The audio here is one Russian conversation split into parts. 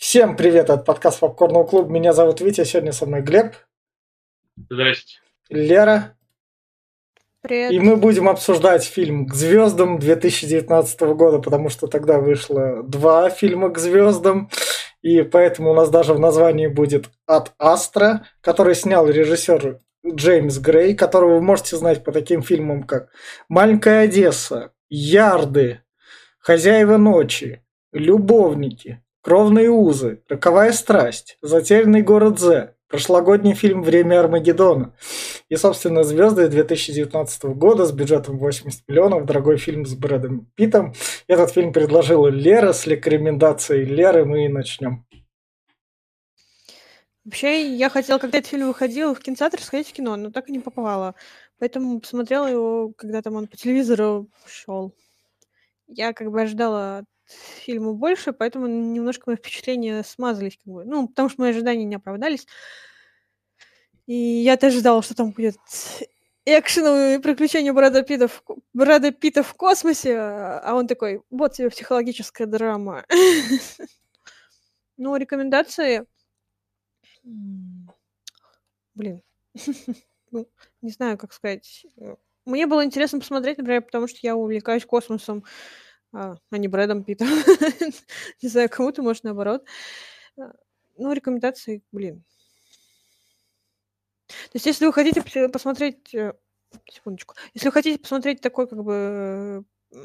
Всем привет, это подкаст Попкорного клуба. Меня зовут Витя, сегодня со мной Глеб, Здрасте. Лера. Привет. И мы будем обсуждать фильм «К звездам» 2019 года, потому что тогда вышло 2 фильма «К звездам», и поэтому у нас даже в названии будет «От Астра», который снял режиссер Джеймс Грей, которого вы можете знать по таким фильмам, как «Маленькая Одесса», «Ярды», «Хозяева ночи», «Любовники», «Кровные узы», «Роковая страсть», «Затерянный город З», прошлогодний фильм «Время Армагеддона» и, собственно, «Звезды» 2019 года с бюджетом 80 миллионов, дорогой фильм с Брэдом Питтом. Этот фильм предложила Лера, с рекомендацией Леры мы и начнем. Вообще, я хотела, когда этот фильм выходил, в кинотеатр сходить в кино, но так и не попала. Поэтому посмотрела его, когда там он по телевизору шел. Я как бы ожидала от фильма больше, поэтому немножко мои впечатления смазались. Ну, потому что мои ожидания не оправдались. И я-то ожидала, что там будет экшеновые приключения Брэда Питта в космосе, а он такой, вот тебе психологическая драма. Ну, рекомендации... Блин. Ну, не знаю, как сказать. Мне было интересно посмотреть, например, потому что я увлекаюсь космосом, а не Брэдом Питтом. Не знаю, кому-то, может, наоборот. Ну, рекомендации, блин. То есть, если вы хотите посмотреть... Секундочку. Если вы хотите посмотреть такой, как бы...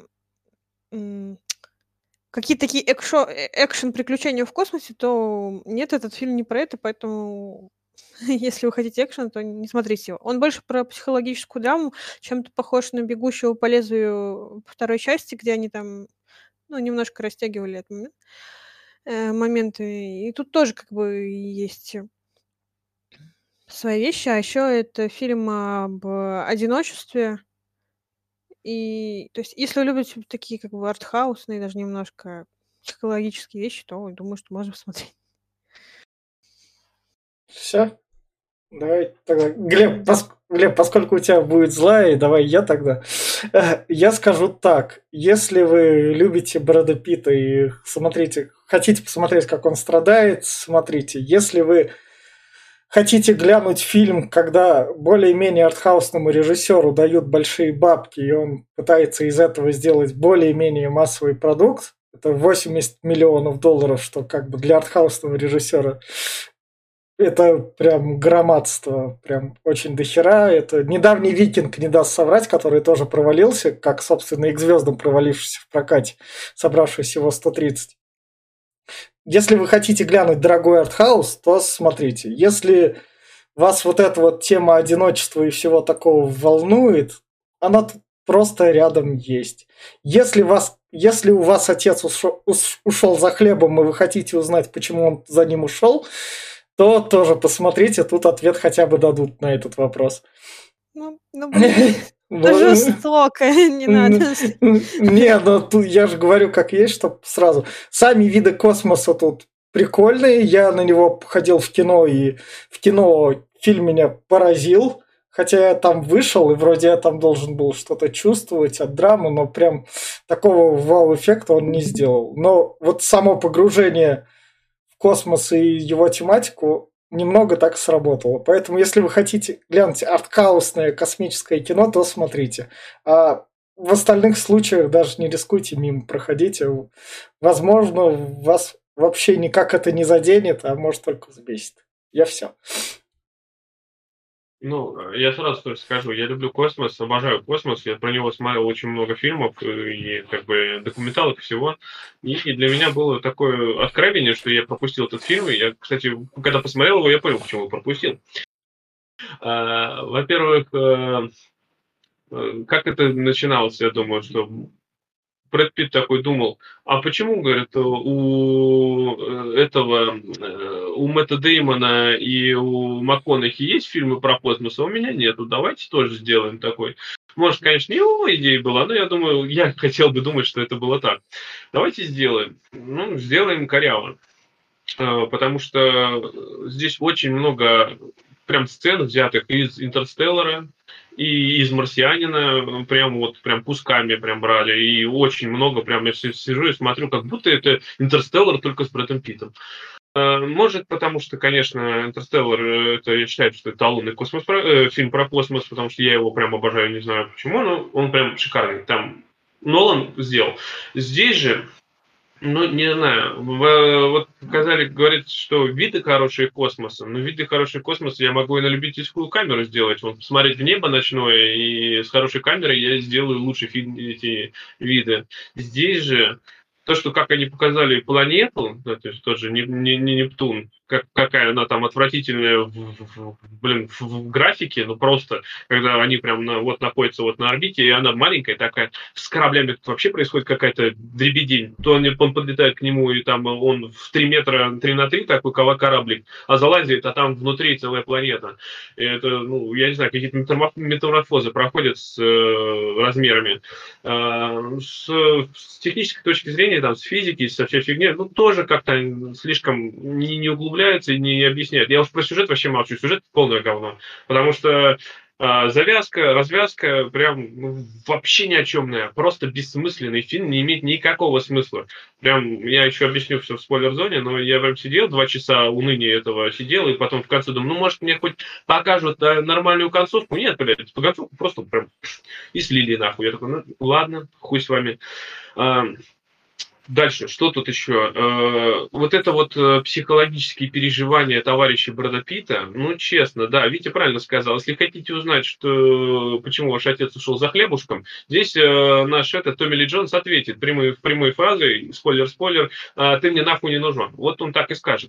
Какие-то такие экшен-приключения в космосе, то нет, этот фильм не про это, поэтому если вы хотите экшен, то не смотрите его. Он больше про психологическую драму, чем-то похож на «Бегущего по лезвию» второй части, где они там, ну, немножко растягивали этот моменты. И тут тоже как бы есть свои вещи. А еще это фильм об одиночестве. И, то есть, если вы любите такие как бы артхаусные, даже немножко психологические вещи, то думаю, что можно посмотреть. Все? Давай тогда. Глеб, поскольку у тебя будет злая, давай я тогда. Я скажу так. Если вы любите Брэда Питта и хотите посмотреть, как он страдает, смотрите. Если вы хотите глянуть фильм, когда более-менее артхаусному режиссеру дают большие бабки, и он пытается из этого сделать более-менее массовый продукт, это 80 миллионов долларов, что как бы для артхаусного режиссера это прям громадство, прям очень дохера. Это недавний «Викинг», не даст соврать, который тоже провалился, как, собственно, и «К звездам», провалившийся в прокате, собравший всего 130. Если вы хотите глянуть дорогой артхаус, то смотрите. Если вас вот эта вот тема одиночества и всего такого волнует, она тут просто рядом есть. Если у вас отец ушел за хлебом, и вы хотите узнать, почему он за ним ушел, то тоже посмотрите, тут ответ хотя бы дадут на этот вопрос. Ну блин, жестоко, не надо. Не, ну тут я же говорю, как есть, чтобы сразу. Сами виды космоса тут прикольные. Я на него ходил в кино, и в кино фильм меня поразил. Хотя я там вышел, и вроде я там должен был что-то чувствовать от драмы, но прям такого вау-эффекта он не сделал. Но вот само погружение в космос и его тематику немного так сработало. Поэтому, если вы хотите глянуть арткаусное космическое кино, то смотрите. А в остальных случаях даже не рискуйте мимо проходить. Возможно, вас вообще никак это не заденет, а может только взбесит. Я все. Ну, я сразу тоже скажу, я люблю космос, обожаю космос, я про него смотрел очень много фильмов и как бы документалок и всего. И для меня было такое откровение, что я пропустил этот фильм. И я, кстати, когда посмотрел его, я понял, почему его пропустил. Во-первых, как это начиналось, я думаю, что Брэд Питт такой думал, а почему, говорит, у Мэтта Деймона и у МакКонахи есть фильмы про космос, а у меня нету, давайте тоже сделаем такой. Может, конечно, не его идея была, но я думаю, я хотел бы думать, что это было так. Давайте сделаем. Ну, сделаем коряво. Потому что здесь очень много прям сцен, взятых из «Интерстеллара» и из «Марсианина», прям кусками прям брали, и очень много, прям я сижу и смотрю, как будто это «Интерстеллар» только с Брэдом Питтом. Может, потому что, конечно, «Интерстеллар», это я считаю, что это эталонный фильм про космос, потому что я его прям обожаю, не знаю почему, но он прям шикарный. Там Нолан сделал. Здесь же, ну, не знаю, вот показали, говорят, что виды хорошие космоса, но виды хорошие космоса я могу и на любительскую камеру сделать. Вот посмотреть в небо ночное, и с хорошей камерой я сделаю лучший фильм, эти виды. Здесь же то, что как они показали планету, да, то есть тот же не Нептун, какая она там отвратительная в графике, ну просто, когда они прям вот находятся вот на орбите, и она маленькая такая, с кораблями вообще происходит какая-то дребедень. То он подлетает к нему, и там он в 3 метра, 3 на 3 такой кораблик, а залазит, а там внутри целая планета. И это, ну, я не знаю, какие-то метаморфозы проходят с размерами. С технической точки зрения, там, с физики, со всей фигней, ну, тоже как-то слишком не углубляются и не объясняют. Я уж про сюжет вообще молчу. Сюжет полное говно. Потому что завязка, развязка прям вообще ни о чемная. Просто бессмысленный фильм, не имеет никакого смысла. Прям, я еще объясню все в спойлер-зоне, но я прям сидел 2 часа уныния этого сидел, и потом в конце думаю, ну, может, мне хоть покажут нормальную концовку? Нет, блядь, по концовку просто прям и слили нахуй. Я такой, ну, ладно, хуй с вами. Дальше, что тут еще? Вот это вот психологические переживания товарища Брэда Питта, ну, честно, да, Витя правильно сказал. Если хотите узнать, почему ваш отец ушел за хлебушком, здесь наш Томми Ли Джонс ответит в прямой фразой, спойлер, ты мне нахуй не нужен. Вот он так и скажет.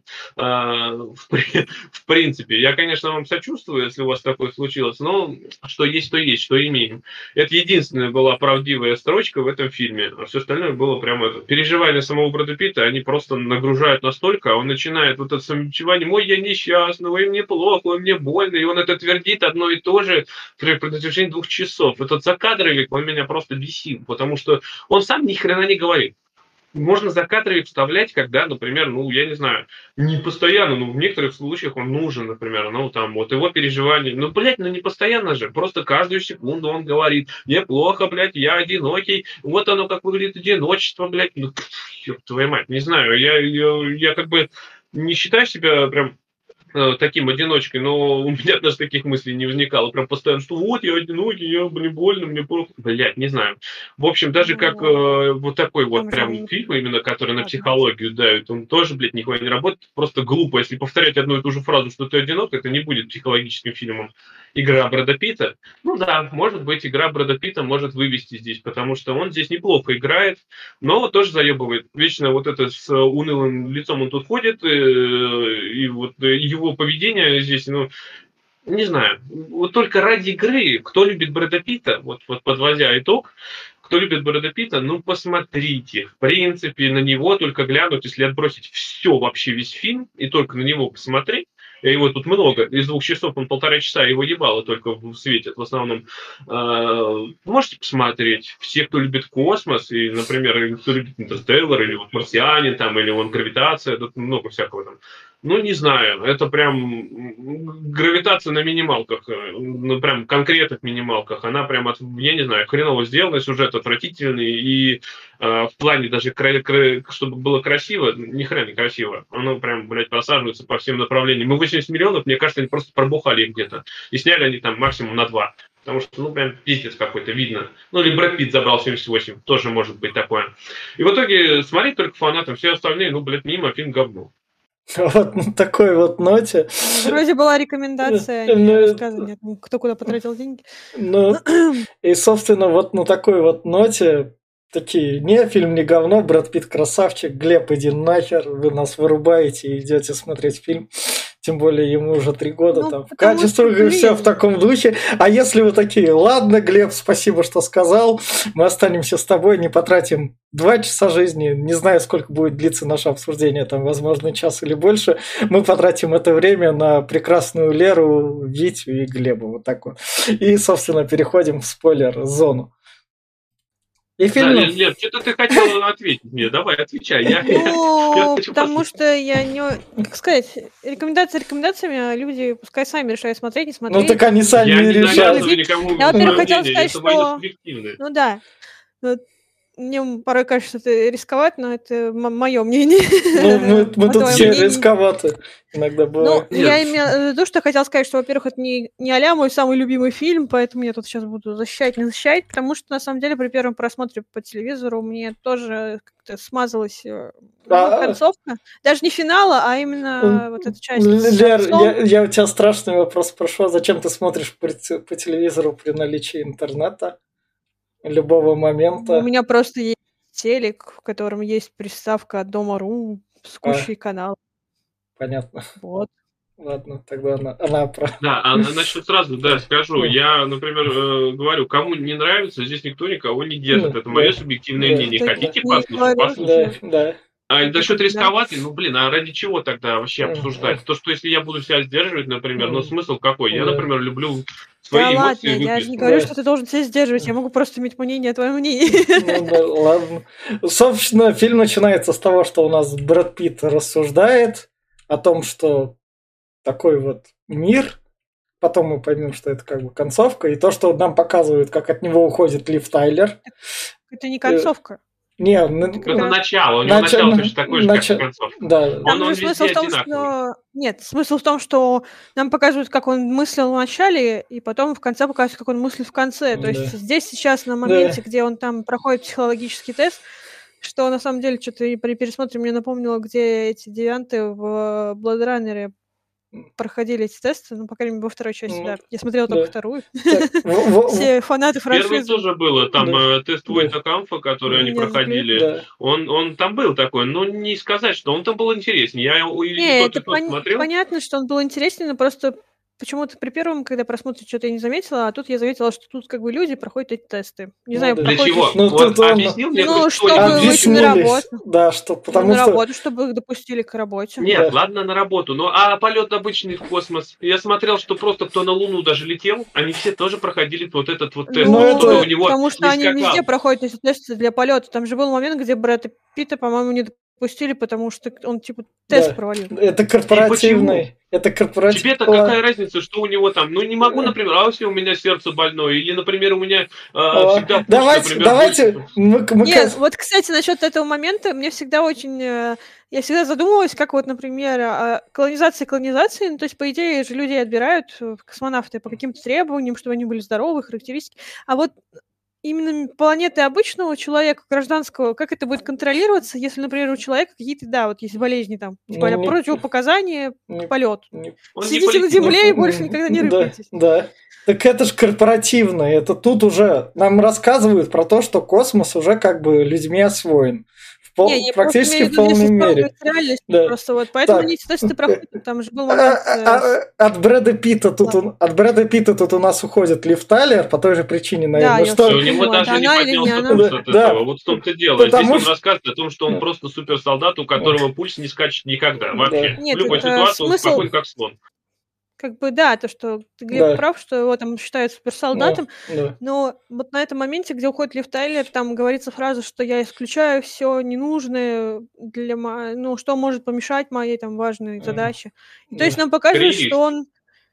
В принципе, я, конечно, вам сочувствую, если у вас такое случилось, но что есть, то есть, что имеем. Это единственная была правдивая строчка в этом фильме, а все остальное было прямо переживания самого Брэда Питта, они просто нагружают настолько, он начинает вот это самобичевание, мой я несчастный, ой, мне плохо, ой, мне больно, и он это твердит одно и то же при протяжении 2 часов. Этот закадровик, он меня просто бесил, потому что он сам ни хрена не говорит. Можно закадровик вставлять, когда, например, ну, я не знаю, не постоянно, но в некоторых случаях он нужен, например, ну, там, вот его переживания. Ну, блядь, ну, не постоянно же, просто каждую секунду он говорит, мне плохо, блядь, я одинокий, вот оно как выглядит одиночество, блядь, ну, ёб твою мать, не знаю, я как бы не считаю себя прям таким одиночкой, но у меня даже таких мыслей не возникало. Прям постоянно, что вот я одинокий, мне больно, мне плохо. Блядь, не знаю. В общем, даже как вот такой вот прям фильм, именно который на психологию давит, он тоже, блядь, нихуя не работает. Просто глупо. Если повторять одну и ту же фразу, что ты одинок, это не будет психологическим фильмом. Игра Брэда Питта. Ну да, может быть, игра Брэда Питта может вывести здесь, потому что он здесь неплохо играет, но тоже заебывает. Вечно вот это с унылым лицом он тут ходит, и вот его поведение здесь, ну, не знаю, вот только ради игры, кто любит Брэда Питта, вот подводя итог, кто любит Брэда Питта, ну, посмотрите. В принципе, на него только глянуть, если отбросить все, вообще весь фильм, и только на него посмотреть, его тут много, из 2 часов он 1,5 часа его ебало только светит в основном. Можете посмотреть. Все, кто любит космос, и, например, кто любит «Интерстеллар», или вот «Марсианин», там, или вон «Гравитация», тут много всякого там. Ну, не знаю, это прям гравитация на минималках, ну, прям конкретных минималках. Она прям, я не знаю, хреново сделана, сюжет отвратительный, и в плане даже, чтобы было красиво, ни хрена не красиво. Оно прям, блядь, просаживается по всем направлениям. Мы 80 миллионов, мне кажется, они просто пробухали их где-то. И сняли они там максимум на 2. Потому что, ну, прям пиздец какой-то видно. Ну, или Брэд Питт забрал 78, тоже может быть такое. И в итоге смотреть только фанатам, все остальные, ну, блядь, мимо, фильм говно. Вот на такой вот ноте. Вроде была рекомендация, а не рассказывание, кто куда потратил деньги. Ну, и, собственно, вот на такой вот ноте такие, не, фильм не говно, Брэд Питт красавчик, Глеб, иди нахер, вы нас вырубаете и идете смотреть фильм. Тем более ему уже 3 года, Ну, там, потому качество что, все в таком духе. А если вы такие, ладно, Глеб, спасибо, что сказал, мы останемся с тобой, не потратим 2 часа жизни, не знаю, сколько будет длиться наше обсуждение, там, возможно, час или больше, мы потратим это время на прекрасную Леру, Витю и Глеба, вот так вот. И, собственно, переходим в спойлер-зону. И фильм... Лер, что-то ты хотела ответить мне. Давай, отвечай. Я Ну, хочу потому послушать. что я не... Как сказать, рекомендации рекомендациями, а люди пускай сами решают смотреть, не Ну смотреть. так они сами Я и не решают. навязываю никому Я, во-первых, свое хотела мнение, сказать, это мое что... субъективное. Ну да. Вот мне порой кажется, что это рисковато, но это мое мнение. Ну, мы А тут твое все мнение? рисковаты. Иногда Ну, бывает. я Нет. имела в виду, что хотела сказать, что, во-первых, это не а-ля мой самый любимый фильм, поэтому я тут сейчас буду защищать, не защищать, потому что, на самом деле, при первом просмотре по телевизору мне тоже как-то смазалась концовка. Даже не финала, а именно вот эта часть с Лер, отцом. я у тебя страшный вопрос спрошу. Зачем ты смотришь по телевизору при наличии интернета? Любого У момента. меня просто есть телек, в котором есть приставка от Дома.ру с кучей каналов. Понятно. Вот. Ладно, тогда она про... Да, значит, сразу, скажу. Я, например, говорю, кому не нравится, здесь никто никого не держит. Это мое субъективное мнение. Так Хотите не послушать? говорю. Послушайте. Да. А насчет Да. рисковатый, а ради чего тогда вообще обсуждать? То, что если я буду себя сдерживать, например, смысл какой? Я, например, люблю свои Да эмоции ладно, я же выплеснуть. не говорю, что ты должен себя сдерживать, я могу просто иметь мнение о твоем мнении. Ну да, ладно. Собственно, фильм начинается с того, что у нас Брэд Питт рассуждает о том, что такой вот мир, потом мы поймем, что это как бы концовка, и то, что нам показывают, как от него уходит Лив Тайлер. Это не концовка. Не, Это начало, у него начало точно такое же, как и концовка. Да. Там Он же смысл везде в том, одинаковый. что... Нет, смысл в том, что нам показывают, как он мыслил в начале, и потом в конце показывают, как он мыслит в конце. То есть здесь сейчас на моменте, где он там проходит психологический тест, что на самом деле что-то при пересмотре мне напомнило, где эти девианты в Blood Runner проходили эти тесты, ну, по крайней мере, во второй части, да. Я смотрела только вторую. Все фанаты франшизы. Первый тоже было, там тест Войта Камфа, который они проходили, он там был такой, но не сказать, что он там был интереснее. Я и тот смотрел. Понятно, что он был интереснее, но просто почему-то при первом, когда просмотре что-то я не заметила, а тут я заметила, что тут как бы люди проходят эти тесты. Не знаю, для проходят... чего? Вот объяснил мне, чтобы выйти на работу. Да, что потому на что... работу, чтобы их допустили к работе. Нет, ладно, на работу. Ну, а полет обычный в космос? Я смотрел, что просто кто на Луну даже летел, они все тоже проходили вот этот вот тест. Ну, потому что они везде проходят эти тесты для полета. Там же был момент, где Брэда Питта, по-моему, не допустили, потому что он, типа, тест провалил. Это корпоративный. Это корпоративный. Тебе-то какая разница, что у него там? Ну, не могу, например, а если у меня сердце больное? Или, например, у меня всегда... Давайте... Нет, вот, кстати, насчет этого момента, мне всегда очень... Я всегда задумывалась, как вот, например, колонизация, ну, то есть, по идее же людей отбирают космонавты по каким-то требованиям, чтобы они были здоровы, характеристики. А вот именно планеты обычного человека, гражданского, как это будет контролироваться, если, например, у человека какие-то, да, вот есть болезни там, типа противопоказания к полету. Сидите на земле и больше никогда не рыпайтесь. Да. Так это же корпоративно. Это тут уже нам рассказывают про то, что космос уже как бы людьми освоен. Практически в полной мере. Да. Просто вот поэтому они эти тесты проходят, там же был момент... От Брэда Питта тут у нас уходит Лив Тайлер по той же причине, наверное. Да, что у него даже не поднялся пульс от этого. Вот в том-то дело. Здесь он рассказывает о том, что он просто суперсолдат, у которого пульс не скачет никогда вообще. В любой ситуации он спокоен, как слон. Как бы, да, то, что ты, Глеб, прав, что его там считают суперсолдатом, но вот на этом моменте, где уходит Лив Тайлер, там говорится фраза, что я исключаю все ненужное для что может помешать моей там важной задаче. И, то есть нам показывают, что он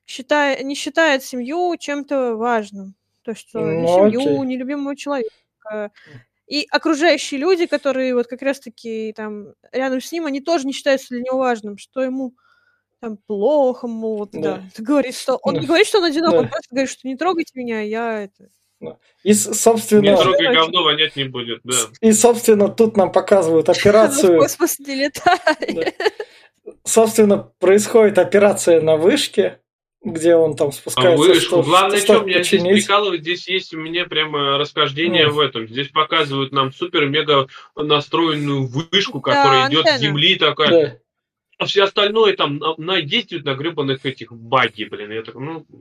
не считает семью чем-то важным. То есть ни семью, ни любимого человека. И окружающие люди, которые вот как раз-таки там рядом с ним, они тоже не считаются для него важным, что ему... там плохо, мол, да. Говорит, что он не говорит, что он одинок, он просто говорит, что не трогайте меня, я это... И, собственно... Не трогай, говно вонять не будет, да. И, собственно, тут нам показывают операцию... В космос не летай. Собственно, происходит операция на вышке, где он там спускается. Вышку. Главное, что меня здесь прикалывает, здесь есть у меня прямо расхождение в этом. Здесь показывают нам супер-мега настроенную вышку, которая идет с земли такая... А все остальное там действует на гребаных этих баги, блин. Я так,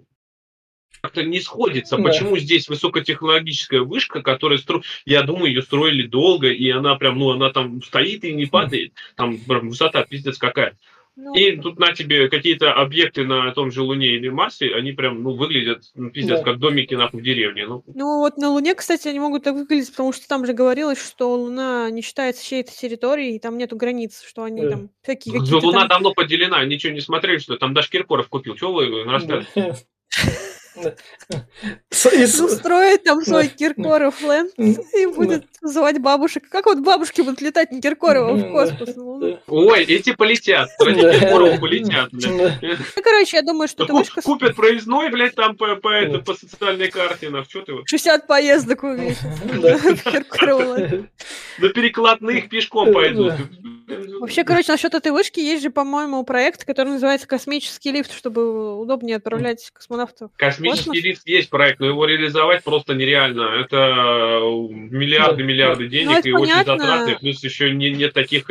как-то не сходится. Да. Почему здесь высокотехнологическая вышка, которая, я думаю, ее строили долго, и она прям, она там стоит и не падает. Там высота пиздец какая. Ну, И тут на тебе какие-то объекты на том же Луне или Марсе, они прям, выглядят, пиздец, Да. как домики, нахуй, в деревне. ну вот на Луне, кстати, они могут так выглядеть, потому что там же говорилось, что Луна не считается чьей-то территорией, и там нету границ, что они там всякие какие-то Луна там... давно поделена, ничего не смотрели, что там даже Киркоров купил. Чего вы рассказываете? Да. Ну, строит там свой Да. Киркоров Лэнд и будет звать бабушек. Как вот бабушки будут летать не Киркорова в космос? Ну, Ой, эти полетят. Ради Киркорова полетят, блядь. короче, я думаю, что эта вышка Купят проездной, блядь, там по социальной карте. Что ты? 60 поездок увеличится в Киркорова Лэнд. На перекладных пешком пойдут. Вообще, короче, насчет этой вышки есть же, по-моему, проект, который называется «Космический лифт», чтобы удобнее отправлять космонавтов в Космический космос. лифт есть проект, но его реализовать просто нереально. Это миллиарды денег это и очень понятно. затратно. Плюс еще нет таких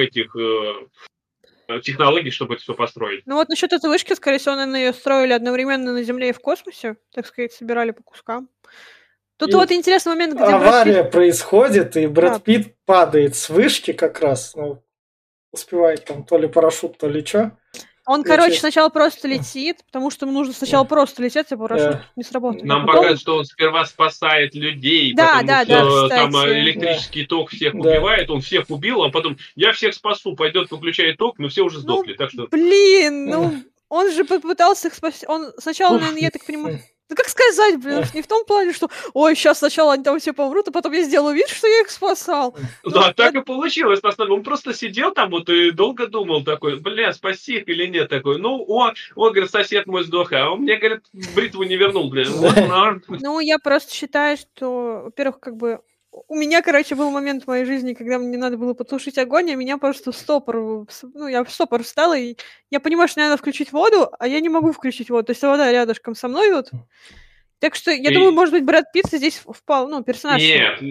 технологий, чтобы это все построить. Ну вот насчет этой вышки, скорее всего, наверное, ее строили одновременно на Земле и в космосе, так сказать, собирали по кускам. Тут вот интересный момент, где авария происходит, и Брэд Да. Питт падает с вышки как раз. Успевает там то ли парашют, то ли что. Он, короче, сначала просто летит, потому что ему нужно сначала просто лететь, а парашют не сработает. Нам потом... показывают, что он сперва спасает людей, Да, потому что там кстати. электрический ток всех убивает, он всех убил, а потом я всех спасу, пойдет, выключает ток, но все уже сдохли. Так что... Блин, он же попытался их спасти. Он сначала, наверное, я так понимаю... Ну как сказать, блин, не в том плане, что ой, сейчас сначала они там все помрут, а потом я сделаю вид, что я их спасал. Да, так и получилось. Он просто сидел там вот и долго думал такой, бля, спаси их или нет, такой. Он говорит, сосед мой сдох, а он мне, говорит, бритву не вернул, бля. Ну, я просто считаю, что, во-первых, как бы у меня, короче, был момент в моей жизни, когда мне надо было потушить огонь, а меня просто я в стопор встала, и я понимаю, что мне надо включить воду, а я не могу включить воду, то есть вода рядышком со мной вот. Так что, я думаю, может быть, Брэд Питт здесь впал, персонаж. Нет,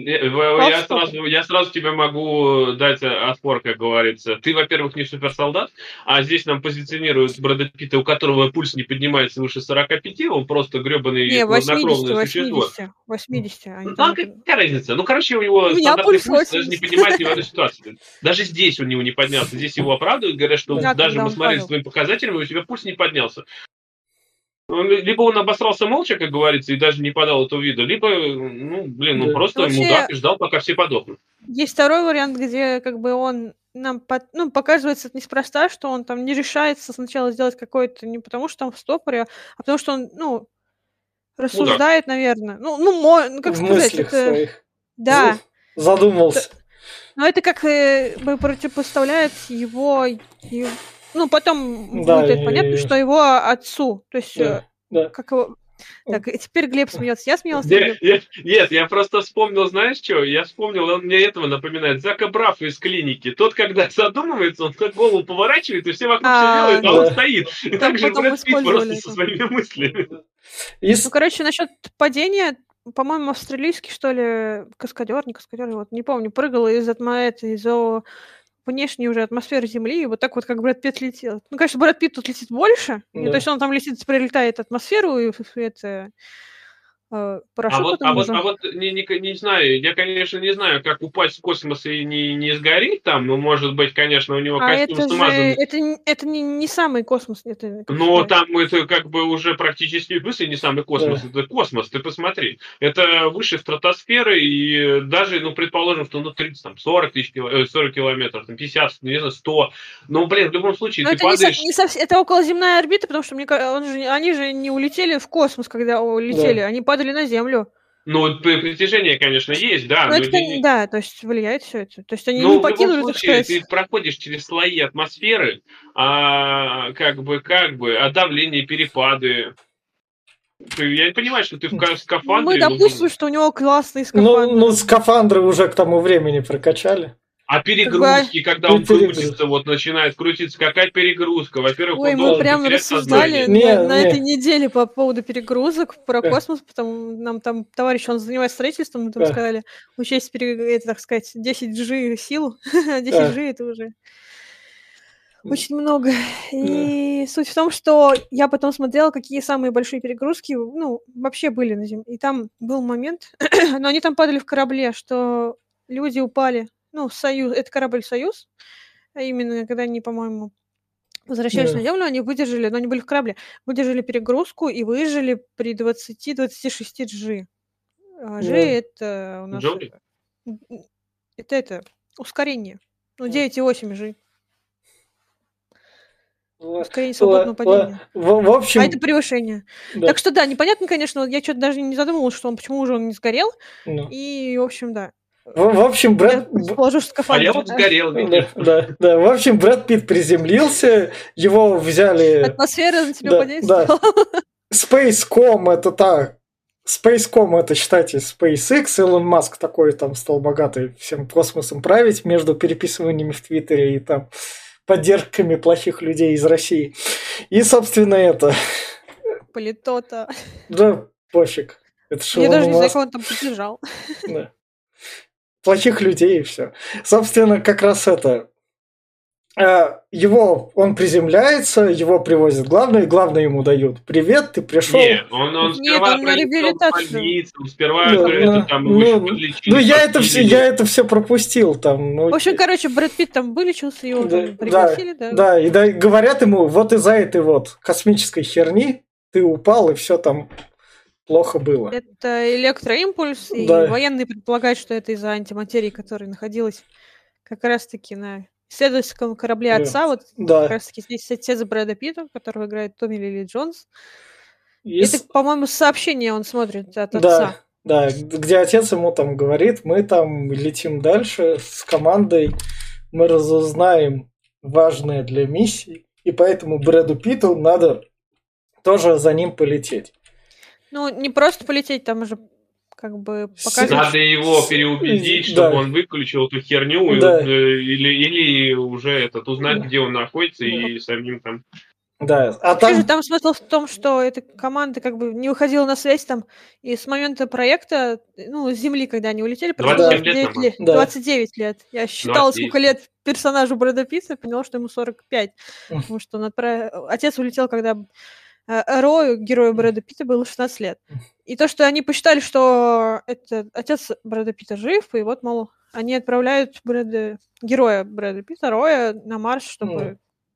я сразу тебе могу дать отпор, как говорится. Ты, во-первых, не суперсолдат, а здесь нам позиционируют Брэда Питта, у которого пульс не поднимается выше 45, он просто гребаный хладнокровное существо. 80. Какая разница? Короче, у него стандартный пульс даже не поднимается ни в этой ситуации. Даже здесь у него не поднялся. Здесь его оправдывают, говорят, что даже мы смотрели с твоими показателями, у тебя пульс не поднялся. Либо он обосрался молча, как говорится, и даже не подал этого вида, либо, он просто мудак и ждал, пока все подохнут. Есть второй вариант, где как бы он нам показывается это неспроста, что он там не решается сначала сделать какой-то, не потому что он в стопоре, а потому что он, рассуждает, наверное. Как сказать, это... Своих. Да. Задумался. Но это как бы противопоставляет его... потом Да, будет понятно, что его отцу. То есть, как его... Так, теперь Глеб смеется. Я смеялась? Нет, я просто вспомнил, знаешь что? Я вспомнил, он мне этого напоминает. Зака Браффа из клиники. Тот, когда задумывается, он как голову поворачивает, и все вокруг все делают, а он стоит. И так же Брэд Питт просто со своими мыслями. Короче, насчет падения, по-моему, австралийский, что ли, каскадер, не помню, прыгал из внешней уже атмосферы Земли, и вот так вот, как Брэд Питт летел. Конечно, Брэд Питт тут летит больше, то есть он там прилетает атмосферу, и это... парашют А вот не знаю, я, конечно, не знаю, как упасть в космос и не сгореть там, может быть, конечно, у него костюм смазан. Это не самый космос. Но там это как бы уже практически в смысле не самый космос, это космос, ты посмотри. Это выше стратосферы, и даже, предположим, что 30, там, 40 километров, там, 50, не знаю, 100. В любом случае, ты падаешь... Это околоземная орбита, потому что они же не улетели в космос, когда летели, они падали на Землю. Притяжение, конечно, есть, да. Да, то есть влияет все это. То есть они не покинули, так сказать. Ты проходишь через слои атмосферы, а давление, перепады. Я не понимаю, что ты в скафандре. Мы допустим, что у него классный скафандр. Скафандры уже к тому времени прокачали. А перегрузки, когда он крутится, начинает крутиться, какая перегрузка? Во-первых, мы прям рассуждали на этой неделе по поводу перегрузок про космос, потому нам там товарищ, он занимается строительством, мы там сказали, учесть, так сказать, 10G силу, 10G это уже очень много. И суть в том, что я потом смотрела, какие самые большие перегрузки, вообще были на Земле. И там был момент, но они там падали в корабле, что люди упали. Союз, это корабль «Союз», а именно, когда они, по-моему, возвращались Да. на Землю, они выдержали, но они были в корабле, выдержали перегрузку и выжили при 20-26 G. G Да. это у нас Джоули? это ускорение. Ну, Да. 9,8 G. Ла- Ускорение свободного падения. В А это общем, превышение. да. Так что да, непонятно, конечно, вот я что-то даже не задумывалась, что почему уже он не сгорел. Ну. И, в общем, да. В общем, Я положу в А я скафандр. вот сгорел, видишь? Да. В общем, Брэд Питт приземлился, его взяли... Атмосфера на тебя Да, подействовала. Spacecom это так. Spacecom это, считайте, SpaceX, Илон Маск такой там стал богатый всем космосом править между переписываниями в Твиттере и там поддержками плохих людей из России. И, собственно, это... Политота. Да, пофиг. Это ж Я Илон даже не знаю, Маск. кого он там поддержал. Да. Плохих людей и все. Собственно, как раз это. Он приземляется, его привозят главное ему дают. Привет, ты пришел. Не, он сперва он на проехал в реабилитацию. больницу, сперва Да, это там его еще подлечили. я это все пропустил там. В общем, короче, Брэд Питт там вылечился, его там Да, пригласили, да. да, и говорят ему, вот из-за этой вот космической херни ты упал, и все там плохо было. Это электроимпульс, и Да. военные предполагают, что это из-за антиматерии, которая находилась как раз-таки на исследовательском корабле Да. отца. Вот Да. как раз-таки здесь отец Брэда Питта, которого играет Томми Ли Джонс. И Это, по-моему, сообщение он смотрит от Да, отца. да, где отец ему там говорит, мы там летим дальше с командой, мы разузнаем важное для миссии, и поэтому Брэду Питту надо тоже за ним полететь. Ну, не просто полететь, там уже как бы показывать. Надо его переубедить, чтобы он выключил эту херню, Да. или уже узнать, Да. где он находится, и самим там... Да, а Вообще же там... там смысл в том, что эта команда как бы не выходила на связь там, и с момента проекта, ну, с Земли, когда они улетели, прошло 27 лет, 29 лет. Я считала, 29. сколько лет персонажу Брэда Питта, поняла, что ему 45. Потому что отец улетел, когда Рою, герою Брэда Питта, было 16 лет. И то, что они посчитали, что это отец Брэда Питта жив, и вот, мол, они отправляют героя Брэда Питта, Роя, на Марс, чтобы...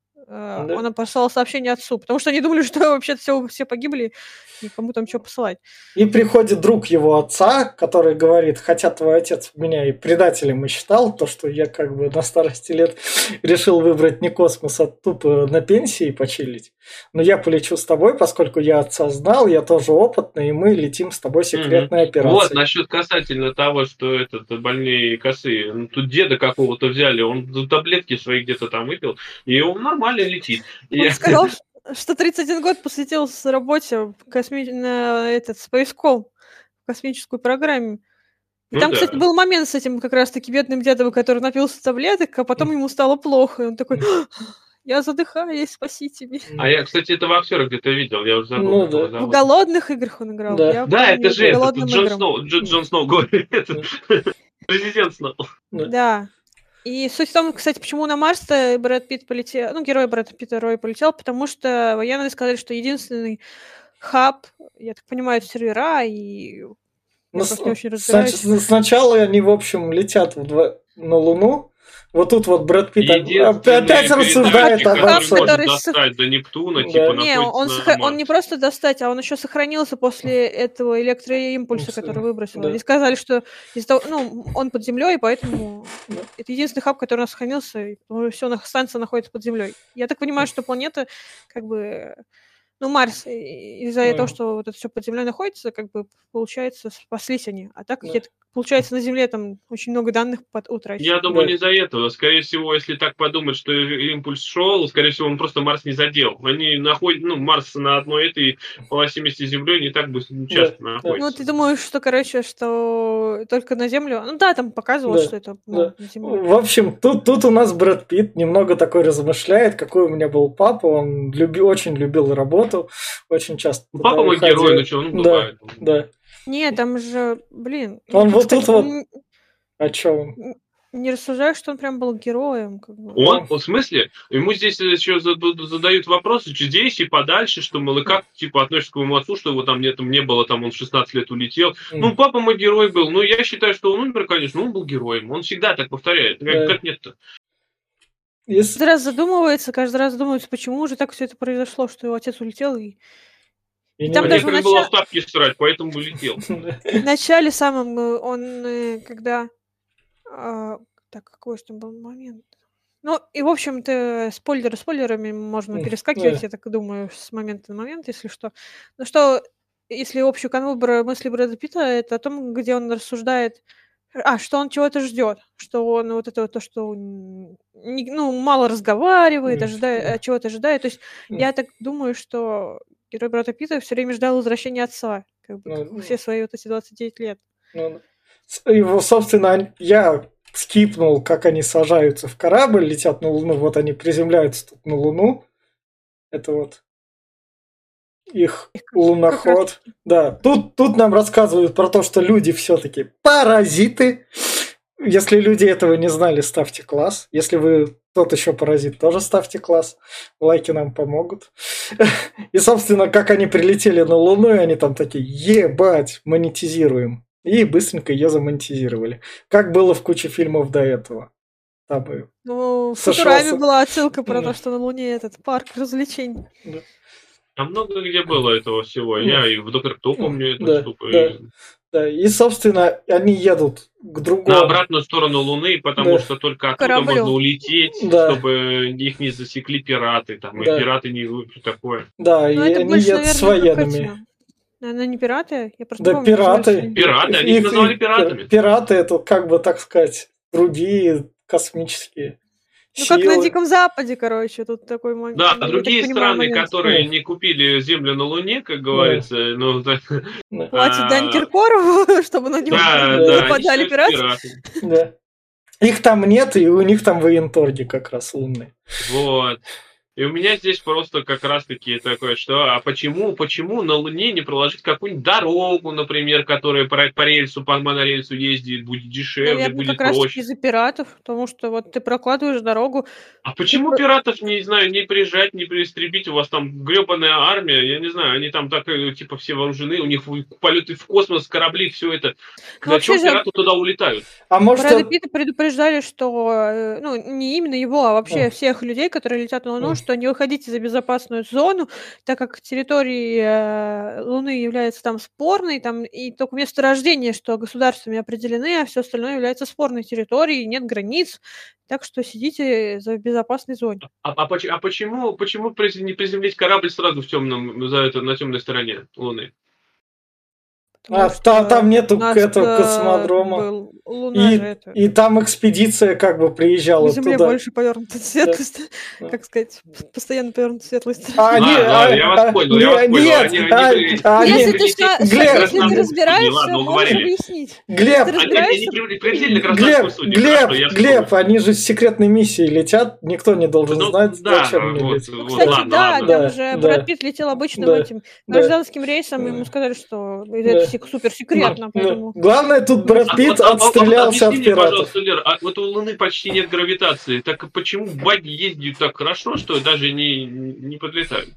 Он послал сообщение отцу, потому что они думали, что вообще-то все погибли, и кому там что посылать. И приходит друг его отца, который говорит, хотя твой отец меня и предателем и считал, то, что я как бы на старости лет решил выбрать не космос, а тупо на пенсии почилить. Но я полечу с тобой, поскольку я отца знал, я тоже опытный, и мы летим с тобой секретной операцией. Вот, насчет касательно того, что больные косые. Ну, тут деда какого-то взяли, он таблетки свои где-то там выпил, и он нормально летит. Он сказал, что 31 год посвятил с работе на Spacecom, в космическую программе. И там, кстати, был момент с этим как раз-таки бедным дедом, который напился таблеток, а потом ему стало плохо, и он такой... Я задыхаюсь, спасите меня. А я, кстати, этого актера где-то видел, я уже забыл. В «Голодных играх» он играл. Да, это же Джон Сноу говорит. Президент Сноу. Да. И суть в том, кстати, почему на Марс-то Брэд Питт полетел, ну, герой Брэда Питта Рой полетел, потому что военные сказали, что единственный хаб, я так понимаю, это сервера, и я просто не очень разбираюсь. Сначала они, в общем, летят на Луну. Вот тут вот Брэд Питт опять рассуждает об отцом. Который достать до Нептуна, типа, не, он не просто достать, а он еще сохранился после этого электроимпульса, который выбросил. Они сказали, что из-за того, он под землей, поэтому это единственный хаб, который у нас сохранился, и все, станция находится под землей. Я так понимаю, что планета, как бы, ну, Марс, из-за того, что вот это все под землей находится, как бы, получается, спаслись они. А так, получается, на Земле там очень много данных утрачено. Я думаю, не из-за этого. Скорее всего, если так подумать, что импульс шел, скорее всего, он просто Марс не задел. Они находят, Марс на одной этой полосе вместе с Землей не так быстро часто находится. Ну, ты думаешь, что, короче, что только на Землю... Ну да, там показывалось, что это на Земле. В общем, тут у нас Брэд Питт немного такой размышляет, какой у меня был папа. Он очень любил работу, очень часто... Папа мой герой, ну что, он бывает. Да. Нет, там же, блин... Он вот тут вот... А чё он? Не рассуждаешь, что он прям был героем. Как бы. Он, в смысле? Ему здесь еще задают вопросы, здесь и подальше, что, мол, и как, типа, относишься к моему отцу, что его там не было, там он в 16 лет улетел. Ну, папа мой герой был. Ну, я считаю, что он умер, конечно, но он был героем. Он всегда так повторяет. Как нет-то? Если... каждый раз задумывается, почему же так все это произошло, что его отец улетел, и там даже не было ставки срать, поэтому улетел. В начале самом он, когда... Так, какой же там был момент? Ну, и, в общем-то, спойлерами можно перескакивать, я так думаю, с момента на момент, если что. Ну что, если общую канву мысли Брэда Питта, это о том, где он рассуждает, что он чего-то ждет, что он вот это то, что мало разговаривает, чего-то ожидает. То есть я так думаю, что герой Брэда Питта все время ждал возвращения отца, как бы все свои вот эти 29 лет. Его, собственно, я скипнул, как они сажаются в корабль, летят на Луну, вот они приземляются тут на Луну. Это вот их луноход. Да, тут нам рассказывают про то, что люди все-таки паразиты. Если люди этого не знали, ставьте класс. Если вы тот еще паразит, тоже ставьте класс. Лайки нам помогут. И, собственно, как они прилетели на Луну, и они там такие, ебать, монетизируем. И быстренько ее замонетизировали. Как было в куче фильмов до этого. Там в Футураме была отсылка про то, что на Луне этот парк развлечений. Да. А много где было этого всего. Я и в Доктор Кто помню эту штуку. Да, и, собственно, они едут к другому. На обратную сторону Луны, потому что только оттуда можно улететь, чтобы их не засекли пираты, там, и пираты не что такое. Да, и они едут с военными. Наверное, не пираты? Я просто помню, пираты. Пираты, они их назвали пиратами. Пираты, это, как бы, так сказать, другие космические силы. Как на Диком Западе, короче, тут такой момент. Да, другие страны, которые не купили землю на Луне, как говорится, платят дань Киркорову, чтобы на него нападали пираты. Да. Их там нет, и у них там военторги как раз лунные. Вот. И у меня здесь просто как раз-таки такое, что почему на Луне не проложить какую-нибудь дорогу, например, которая по рельсу, по монорельсу ездит, будет дешевле, наверное, будет как проще. Раз-таки из-за пиратов, потому что вот ты прокладываешь дорогу. А почему пиратов, не знаю, не прижать, не переистребить? У вас там гребаная армия, я не знаю, они там так, типа, все вооружены, у них полеты в космос, корабли, все это. Зачем пираты туда улетают? А может... Брэда Питта предупреждали, что, не именно его, а вообще всех людей, которые летят на Луну, что не выходите за безопасную зону, так как территория Луны является там спорной, там и только месторождения, что государствами определены, а все остальное является спорной территорией, нет границ, так что сидите в безопасной зоне. А почему не приземлить корабль сразу на темной стороне Луны? Там нету этого космодрома. И там экспедиция как бы приезжала туда. На Земле больше повернута светлость, как сказать, постоянно повернута светлость. Я вас понял, Если ты разбираешься, можешь объяснить. Глеб, они же с секретной миссией летят, никто не должен знать, зачем они летят. Кстати, там же Брэд Питт летел обычным этим гражданским рейсом, ему сказали, что это супер секретно, поэтому... Главное, тут Брэд Питт отстрелялся от пиратов. Пожалуйста, Лер, вот у Луны почти нет гравитации, так почему баги ездят так хорошо, что даже не подлетают?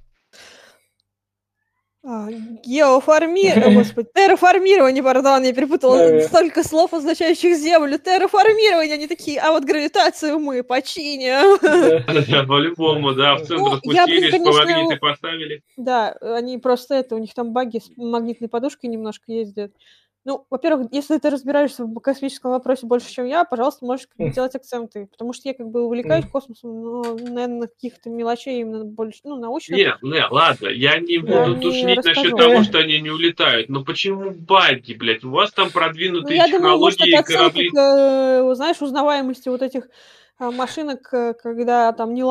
Терраформирование, пардон, я перепутала столько слов, означающих Землю. Терраформирование, они такие, а вот гравитацию мы починим. По-любому, да, в центр спустились, магниты поставили. Да, они просто у них там баги с магнитной подушкой немножко ездят. Ну, во-первых, если ты разбираешься в космическом вопросе больше, чем я, пожалуйста, можешь делать акценты, потому что я как бы увлекаюсь космосом, но, наверное, каких-то мелочей именно больше, научных. Нет, ладно, я не буду душнить насчет того, что они не улетают, но почему баги, блядь? У вас там продвинутые технологии, я думаю, может, это знаешь, узнаваемости вот этих машинок, когда там Нил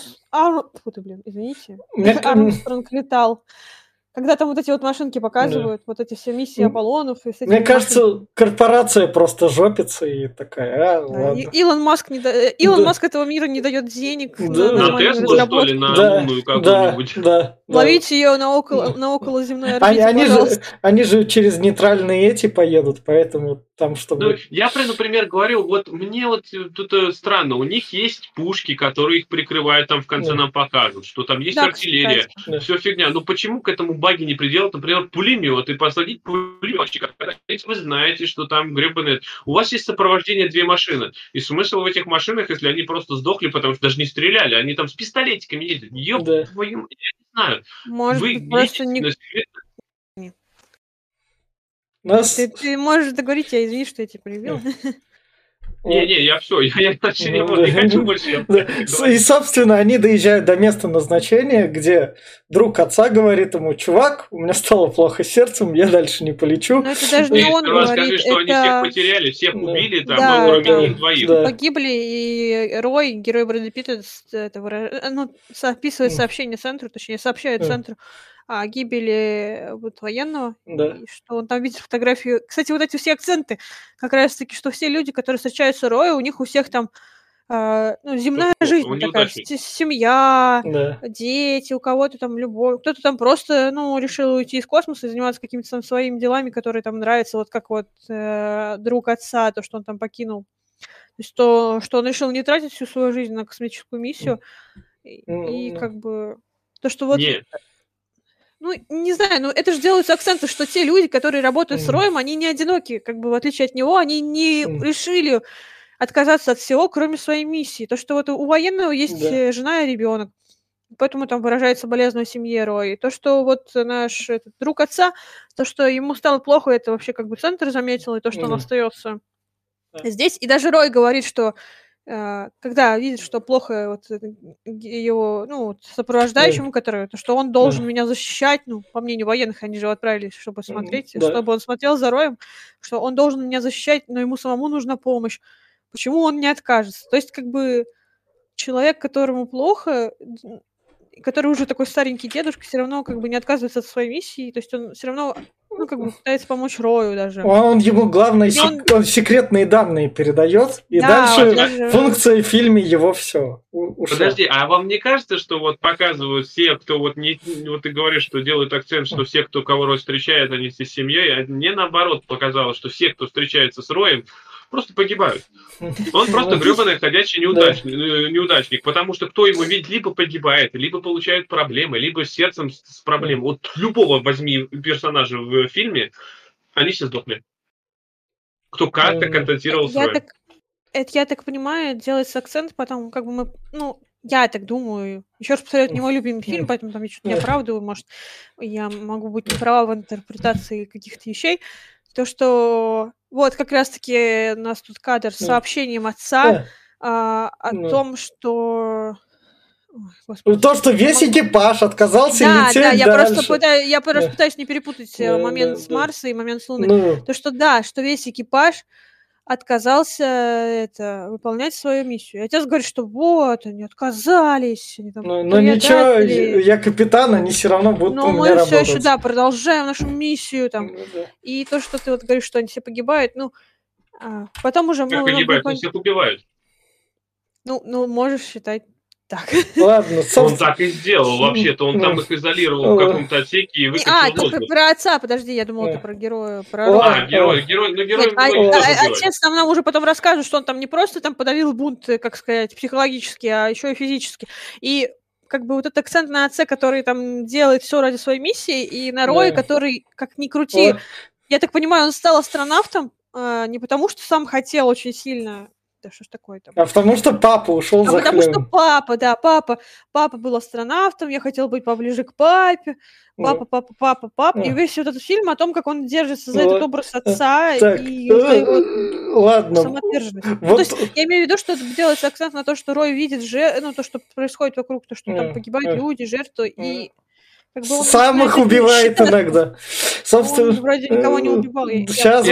Армстронг летал. Когда там вот эти вот машинки показывают, вот эти все миссии Аполлонов. Мне кажется, корпорация просто жопится и такая, ладно. Илон Маск этого мира не дает денег на нормальную разработку. Что ли, на лунную какую-нибудь. Ловите ее на околоземной орбите, они же через нейтральные эти поедут, поэтому там, чтобы... Я, например, говорю, вот мне вот тут странно, у них есть пушки, которые их прикрывают, там в конце нам покажут, что там есть артиллерия, все фигня. Ну почему к этому баги не приделать, например, пулемет, и посадить пулеметчика? Если вы знаете, что там гребаные... У вас есть сопровождение 2 машины, и смысл в этих машинах, если они просто сдохли, потому что даже не стреляли, они там с пистолетиками ездят. Ёб твою... Я не знаю. Может вы быть, просто не... Ты можешь договорить, я извини, что я тебя перебил. Не, я все, я дальше не хочу больше. И, собственно, они доезжают до места назначения, где друг отца говорит ему: чувак, у меня стало плохо с сердцем, я дальше не полечу. Но это даже не он говорит. Скажи, что они всех потеряли, всех убили, там, кроме них 2. Погибли, и Рой, герой Брэда Питта, описывает сообщение центру, точнее, сообщает центру о гибели военного, и что он там видит фотографию. Кстати, вот эти все акценты, как раз-таки, что все люди, которые встречаются Роя, у них у всех там земная жизнь такая, семья, дети, у кого-то там любовь, кто-то там просто, решил уйти из космоса и заниматься какими-то там своими делами, которые там нравятся, вот как друг отца, то, что он там покинул. То есть то, что он решил не тратить всю свою жизнь на космическую миссию, и как бы то, что вот... Нет. Не знаю, это же делаются акценты, что те люди, которые работают с Роем, они не одиноки, как бы в отличие от него, они не решили отказаться от всего, кроме своей миссии. То, что вот у военного есть жена и ребенок, поэтому там выражает соболезнование семье Рой. То, что вот наш друг отца, то, что ему стало плохо, это вообще как бы центр заметил, и то, что он остается здесь. И даже Рой говорит, что когда видит, что плохо его, сопровождающему, то, что он должен меня защищать, по мнению военных, они же отправились, чтобы смотреть, чтобы он смотрел за Роем, что он должен меня защищать, но ему самому нужна помощь. Почему он не откажется? То есть, как бы, человек, которому плохо, который уже такой старенький дедушка, все равно как бы не отказывается от своей миссии, то есть он все равно пытается помочь Рою даже. Он ему, главное, он секретные данные передает, и дальше функция в фильме его все. Подожди, а вам не кажется, что вот показывают все, кто вот ты говоришь, что делают акцент, что все, кого Рой встречает, они все с семьей, а мне наоборот показалось, что все, кто встречается с Роем, просто погибают. Он просто гребаный ходячий неудачник, потому что кто его видит, либо погибает, либо получает проблемы, либо с сердцем с проблемой. Вот любого возьми персонажа в фильме, они все сдохли. Кто как-то контактировал с Роем. Я так понимаю, делается акцент, потом как бы мы, я так думаю, еще раз повторяю, это не мой любимый фильм, поэтому там я что-то не оправдываю, может, я могу быть не права в интерпретации каких-то вещей. То, что вот как раз-таки у нас тут кадр с сообщением отца о том, что... То, что весь экипаж отказался лететь дальше. Я просто пытаюсь не перепутать момент с Марса и момент с Луны. То, что что весь экипаж отказался выполнять свою миссию. И отец говорит, что вот, они отказались. Они там ничего, я капитан, они все равно будут у меня работать. Но мы все еще, продолжаем нашу миссию. Там. И то, что ты вот говоришь, что они все погибают, потом уже... Как погибают? Они всех убивают. Можешь считать так. Ладно, он так и сделал, вообще-то. Он там их изолировал в каком-то отсеке и выкатил воздух. Про отца, подожди, я думала, это про героя. Герой. Отец нам уже потом расскажет, что он там не просто там подавил бунт, как сказать, психологически, а еще и физически. И как бы вот этот акцент на отце, который там делает все ради своей миссии, и на Рое, который, как ни крути, я так понимаю, он стал астронавтом не потому, что сам хотел очень сильно. Да что ж такое-то? А потому что папа ушел за потому что папа был астронавтом, я хотел быть поближе к папе, папа. И весь вот этот фильм о том, как он держится за этот образ отца и ладно. самоотверженность. То есть я имею в виду, что делается акцент на то, что Рой видит то, что происходит вокруг, то, что там погибают люди, жертвы, и как бы он сам их убивает иногда. Собственно, он вроде никого не убивал. Сейчас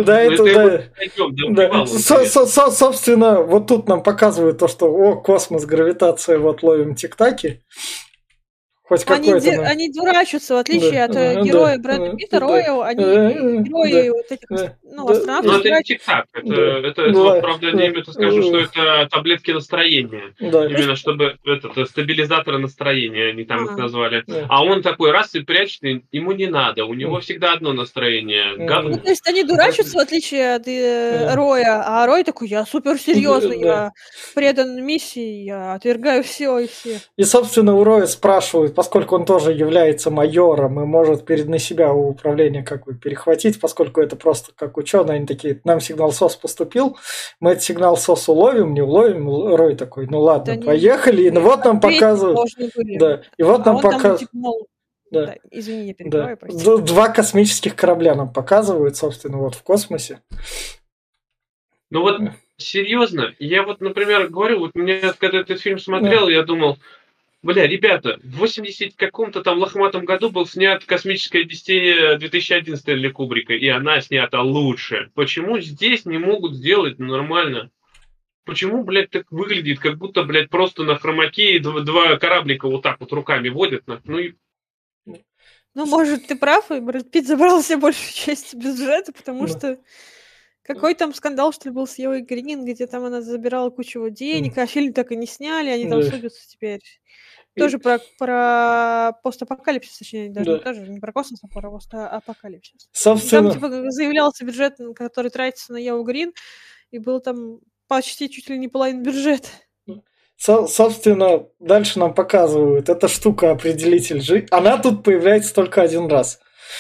собственно, вот тут нам показывают то, что космос, гравитация, вот ловим тик-таки. хоть какой-то... Они дурачатся, в отличие от героя Брэда Питта, Роя, они герои вот этих, астронавтов. Но это не тик-так, это правда, я скажу, что это таблетки настроения. Именно чтобы стабилизаторы настроения, они там их назвали. А он такой раз и прячет, ему не надо, у него всегда одно настроение. Ну, то есть они дурачатся, в отличие от Роя, а Рой такой, я суперсерьезный, я предан миссии, я отвергаю все и все. И, собственно, у Роя спрашивают, поскольку он тоже является майором и может на себя управление как бы перехватить, поскольку это просто как ученые, они такие, нам сигнал СОС поступил, мы этот сигнал СОС уловим, не уловим. Рой такой, ну ладно, поехали, и вот нам показывают. Да, и вот нам показывают. Да. Извини, я перебиваю, прости. 2 космических корабля нам показывают, собственно, вот в космосе. Ну вот, серьезно, я вот, например, говорю, вот мне, когда этот фильм смотрел, я думал, ребята, в 80 каком-то там лохматом году был снят «Космическая Одиссея» 2011 Стэнли Кубрика, и она снята лучше. Почему здесь не могут сделать нормально? Почему, так выглядит, как будто, просто на хромаке 2 кораблика вот так вот руками водят? Ну, может, ты прав, и Брэд Питт забрал себе большую часть бюджета, потому что какой там скандал, что ли, был с Евой Грин, где там она забирала кучу денег, а фильм так и не сняли, они там судятся теперь. Тоже про постапокалипсис, точнее, даже тоже не про космос, а про постапокалипсис. Собственно... Там, заявлялся бюджет, который тратится на Еву Грин, и был там почти чуть ли не половина бюджета. Собственно, дальше нам показывают, эта штука определитель жизни. Она тут появляется только 1 раз.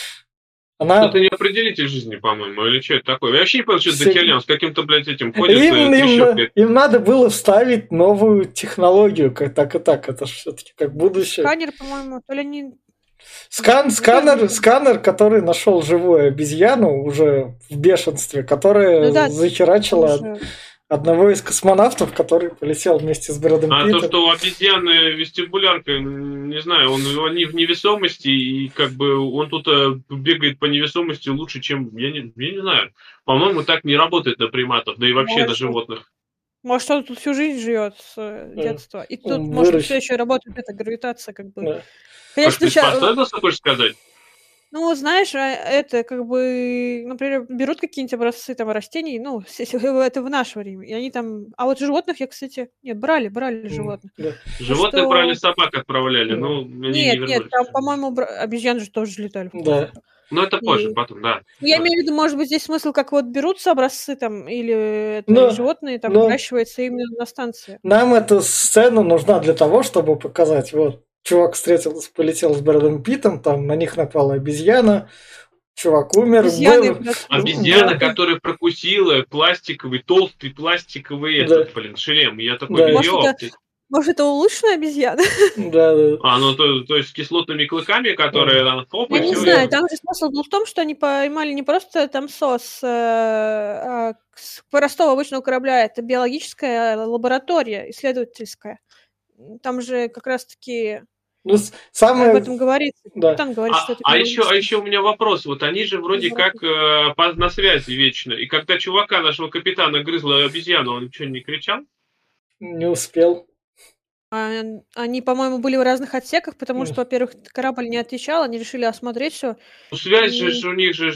Это не определитель жизни, по-моему, или что это такое? Я вообще не понял, что это за херня, с каким-то, этим ходит. Им надо было вставить новую технологию, так и так, это же все-таки как будущее. Сканер, по-моему, то ли не... Сканер, который нашел живую обезьяну уже в бешенстве, которая захерачила одного из космонавтов, который полетел вместе с Брэдом Питтом. А то, что у обезьяны вестибулярка, не знаю, они в невесомости, и как бы он тут бегает по невесомости лучше, чем, я не знаю. По-моему, так не работает на приматов, да и вообще на животных. Может, он тут всю жизнь живет с детства. И тут, может, все еще работает эта гравитация, как бы. Конечно, ты хочешь сказать? Ну, знаешь, это как бы, например, берут какие-нибудь образцы там растений, это в наше время, и они там... А вот животных я, кстати... Нет, брали животных. Животных брали, собак отправляли, Нет, там, по-моему, обезьяны же тоже летали. Да. Ну, это позже, потом, да. Я имею в виду, может быть, здесь смысл, как вот берутся образцы там, или животные там выращиваются именно на станции. Нам эта сцена нужна для того, чтобы показать, вот, чувак полетел с Брэдом Питтом, там на них напала обезьяна, чувак умер. Обезьяна, которая прокусила толстый пластиковый шлем. Я такой, может, это улучшенная обезьяна? Да. То есть с кислотными клыками, которые... Я не знаю, там же смысл был в том, что они поймали не просто там СОС простого обычного корабля, это биологическая лаборатория исследовательская. Там же как раз-таки... об этом говорится. Капитан говорит, что это еще у меня вопрос. Вот они же вроде как на связи вечно. И когда чувака нашего капитана грызла обезьяну, он что, не кричал? Не успел. Они, по-моему, были в разных отсеках, потому что, во-первых, корабль не отвечал, они решили осмотреть все. Связь же у них же...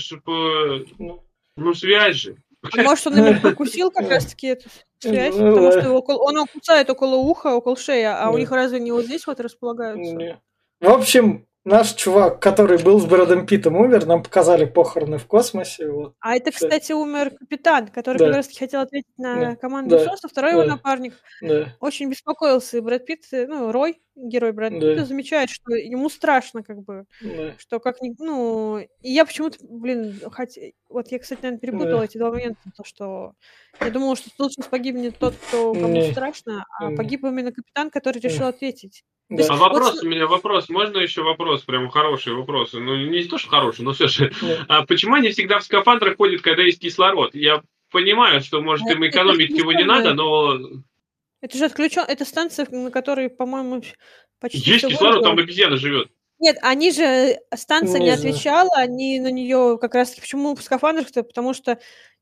связь же. А может, он ему прокусил как раз-таки эту связь, потому что он кусает около уха, около шеи, а у них разве не вот здесь вот располагаются? В общем, наш чувак, который был с Брэдом Питтом, умер, нам показали похороны в космосе. Вот. А это, кстати, умер капитан, который как раз-таки хотел ответить на команду СОС, а второй его напарник очень беспокоился. И Брэд Питт, Рой, герой Брэда Питта, замечает, что ему страшно, как бы, что как ни... и я почему-то, вот я, кстати, наверное, перепутала эти 2 момента, то, что я думала, что тут сейчас погибнет тот, кому страшно, а погиб именно капитан, который решил ответить. Да. А вопрос у меня, можно еще вопрос, прям хороший вопрос, не то, что хороший, но все же, почему они всегда в скафандрах ходят, когда есть кислород? Я понимаю, что, может, им экономить его не надо, но... Это же отключен, это станция, на которой, по-моему, почти есть кислород, там обезьяна живет. Нет, станция не отвечала, они на нее как раз-таки, почему в скафандрах-то, потому что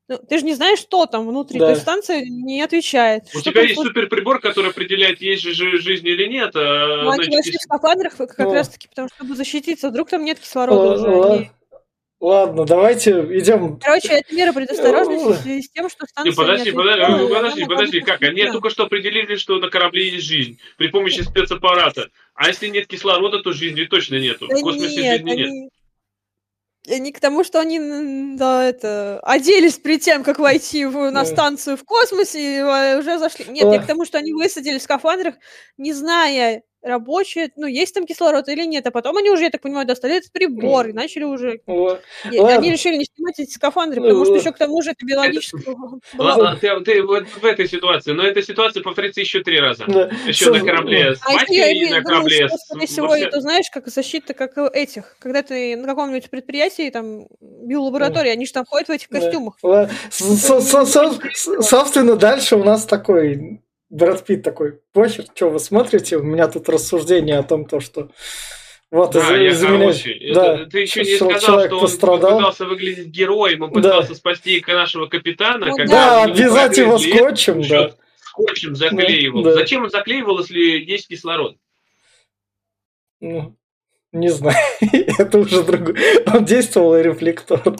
Ну, ты же не знаешь, что там внутри, Да. то есть станция не отвечает. У Что тебя там есть суперприбор, который определяет, есть же жизнь или нет. Ну, они Значит, вошли в если- скафандрах как Ну. раз-таки, потому что, чтобы защититься. Вдруг там нет кислорода уже. Они... Ладно, давайте идем. Короче, это мера предосторожности в связи с тем, что Не, станция подожди, не отвечала, и она подожди, могла подожди, быть как? Они отключена. только что определили, что на корабле есть жизнь при помощи спецаппарата. А если нет кислорода, то жизни точно нету. Да В космосе нет, жизни нет. они к тому, что они оделись перед тем, как войти на Да. станцию в космосе, и уже зашли. Нет, я к тому, что они высадились в скафандрах, не зная, рабочие, есть там кислород или нет. А потом они уже, я так понимаю, достали этот прибор и начали уже... Они решили не снимать эти скафандры, потому что еще к тому же это биологическое... Ладно, ты вот в этой ситуации, но эта ситуация повторится еще 3 раза. Да. Еще на корабле с А еще я Васькой и на думаю, корабле что, с... скорее всего, это, знаешь, как защита, как этих. Когда ты на каком-нибудь предприятии, там, биолаборатории, они же там ходят в этих костюмах. Собственно, дальше у нас такой Брэд Питт такой: похер, что вы смотрите? У меня тут рассуждение о том, что вот Да, я из-за меня... хороший. Да, ты еще не сказал, человек что он пострадал. пытался выглядеть героем, он пытался спасти нашего капитана. Ну когда Да, ему обвязать его прогрызли, скотчем, да. скотчем заклеивал. Да. Зачем он заклеивал, если есть кислород? Ну, не знаю, это уже другой. Он действовал рефлекторно.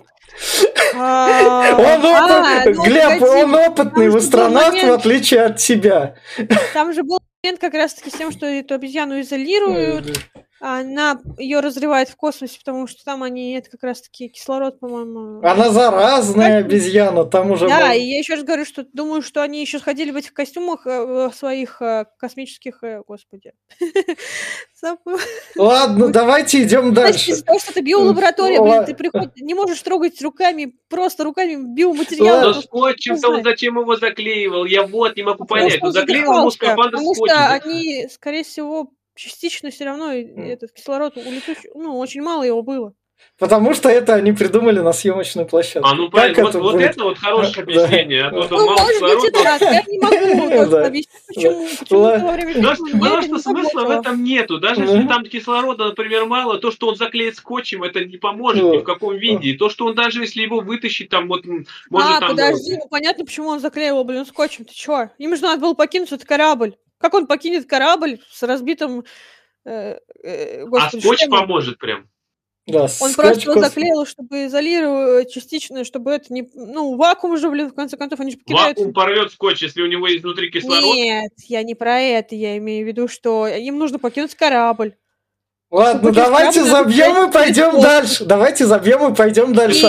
Глеб, он опытный астронавт, в отличие от тебя. Там же был момент как раз-таки с тем, что эту обезьяну изолируют, она ее разрывает в космосе, потому что там это как раз-таки кислород, по-моему. Она заразная обезьяна, там уже... Да, и я еще раз говорю, что думаю, что они еще сходили в этих костюмах своих космических, господи. Ладно, давайте идем дальше. Из-за того, что это биолаборатория, ты не можешь трогать руками, просто руками биоматериал. Но скотчем-то зачем его заклеивал? Я не могу понять. Он заклеивал ему скафандр потому скотчем. Потому что они, скорее всего, частично все равно этот кислород улетучий, очень мало его было. Потому что это они придумали на съемочной площадке. Вот это вот хорошее объяснение. А то мало быть, так. Я не могу объяснить, почему во время потому что смысла в этом нету. Даже если там кислорода, например, мало, то, что он заклеит скотчем, это не поможет ни в каком виде. И то, что он даже если его вытащить, там может там... подожди, понятно, почему он заклеивал, скотчем. Ты чё? Им же надо было покинуть этот корабль. Как он покинет корабль с разбитым... скотч поможет прям. Да, он просто его заклеил, чтобы изолировать частично, чтобы это не... вакуум же, в конце концов, они же покидают... Вакуум порвет скотч, если у него есть внутри кислород? Нет, я не про это, я имею в виду, что им нужно покинуть корабль. Ладно, давайте забьем и пойдем дальше. Давайте забьем и пойдем дальше.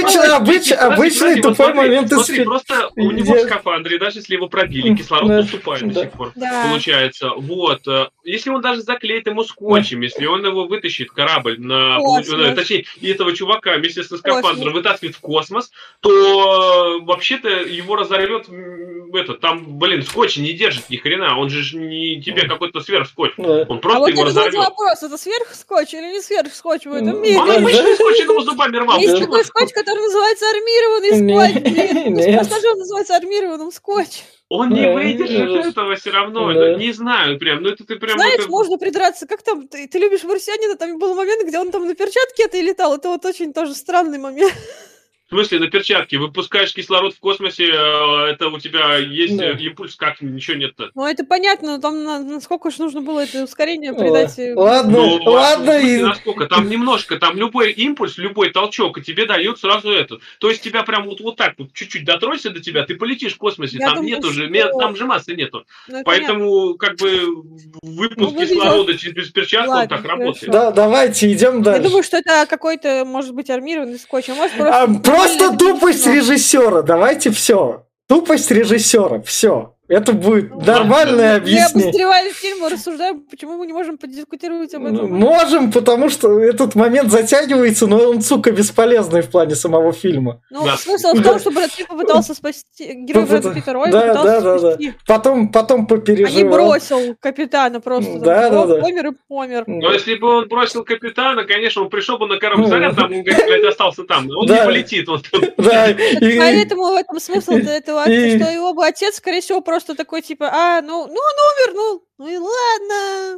Обычный тупой момент. Смотри, просто у него в скафандре, даже если его пробили, кислород поступает до сих пор. Получается, вот. Если он даже заклеит ему скотчем, если он его вытащит, корабль, точнее, этого чувака вместе со скафандром вытаскивает в космос, то вообще-то его разорвет там, скотч не держит ни хрена. Он же не тебе какой-то сверхскотч. Он просто его разорвет. Вопрос, это сверхскотч или не сверхскотч в этом мире? Он обычный скотч, его зубами рвал. Есть такой скотч, который называется армированный скотч. Просто же он называется армированным скотчем. Он не выдержит этого все равно. Не знаю, прям. Это ты прям... Знаешь, можно придраться. Как там, ты любишь «Марсианина», там был момент, где он там на перчатке летал. Это вот очень тоже странный момент. В смысле, на перчатке? Выпускаешь кислород в космосе, это у тебя есть импульс, как ничего нет-то. Это понятно, но там насколько же нужно было это ускорение придать. Ладно. Насколько? Там немножко, там любой импульс, любой толчок, и тебе дает сразу это. То есть тебя прям вот так вот чуть-чуть дотронься до тебя, ты полетишь в космосе, там нету же, там же массы нету. Поэтому как бы выпуск кислорода через перчатку он так работает. Да, давайте идем дальше. Я думаю, что это какой-то, может быть, армированный скотч, а может просто тупость режиссера. Давайте все. Тупость режиссера. Все. Это будет нормальное объяснение. Мы обозреваем фильм, рассуждаем, почему мы не можем подискутировать об этом. Можем, потому что этот момент затягивается, но он, сука, бесполезный в плане самого фильма. Смысл в том, что Брэд Питт попытался спасти героя Брэда Питта Роя, пытался спасти. Потом попереживал. А не бросил капитана просто. Помер. Но если бы он бросил капитана, конечно, он пришел бы на корабль, заряд там, блядь, остался там. Он не полетит. Поэтому в этом смысл этого, что его бы отец, скорее всего, просто такой, типа, он умер, ну и ладно.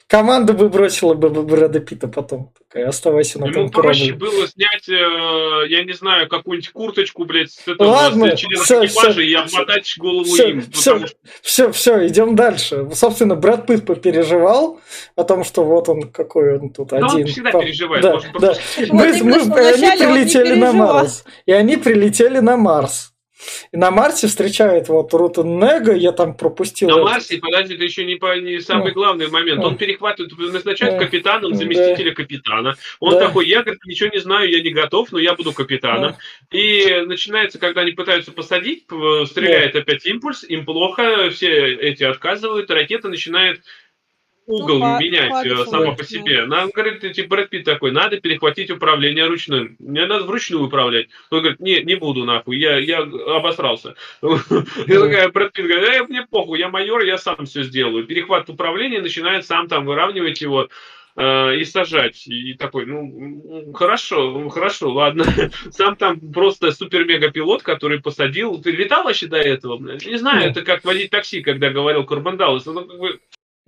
Команда бы бросила бы Брэда Питта потом. Такая, оставайся на том корабле. Ему проще было снять, я не знаю, какую-нибудь курточку, блядь, с этого, Ладно, членов всё, экипажа и обмотать голову им. Все, идем дальше. Собственно, Брэд Питт попереживал о том, что вот он какой он тут один. Он всегда переживает. Да. Они прилетели на Марс. И они прилетели на Марс. И на Марсе встречает вот Рутен Нега, я там пропустил. На Марсе, подожди, это еще не самый главный момент. Он перехватывает, назначает капитаном заместителя капитана. Он такой, я, говорит, ничего не знаю, я не готов, но я буду капитаном. И начинается, когда они пытаются посадить, стреляет опять импульс, им плохо, все эти отказывают, ракета начинает угол менять сама по себе. Нам, говорит, Брэд Питт такой, надо перехватить управление ручным. Мне надо вручную управлять. Он говорит, не буду нахуй, я обосрался. И такая Брэд Питт говорит, мне похуй, я майор, я сам все сделаю. Перехват управления, начинает сам там выравнивать его и сажать. И такой, хорошо, ладно. Сам там просто супер-мега-пилот, который посадил. Ты летал вообще до этого? Не знаю, это как водить такси, когда говорил Корбан Даллас. Он как бы...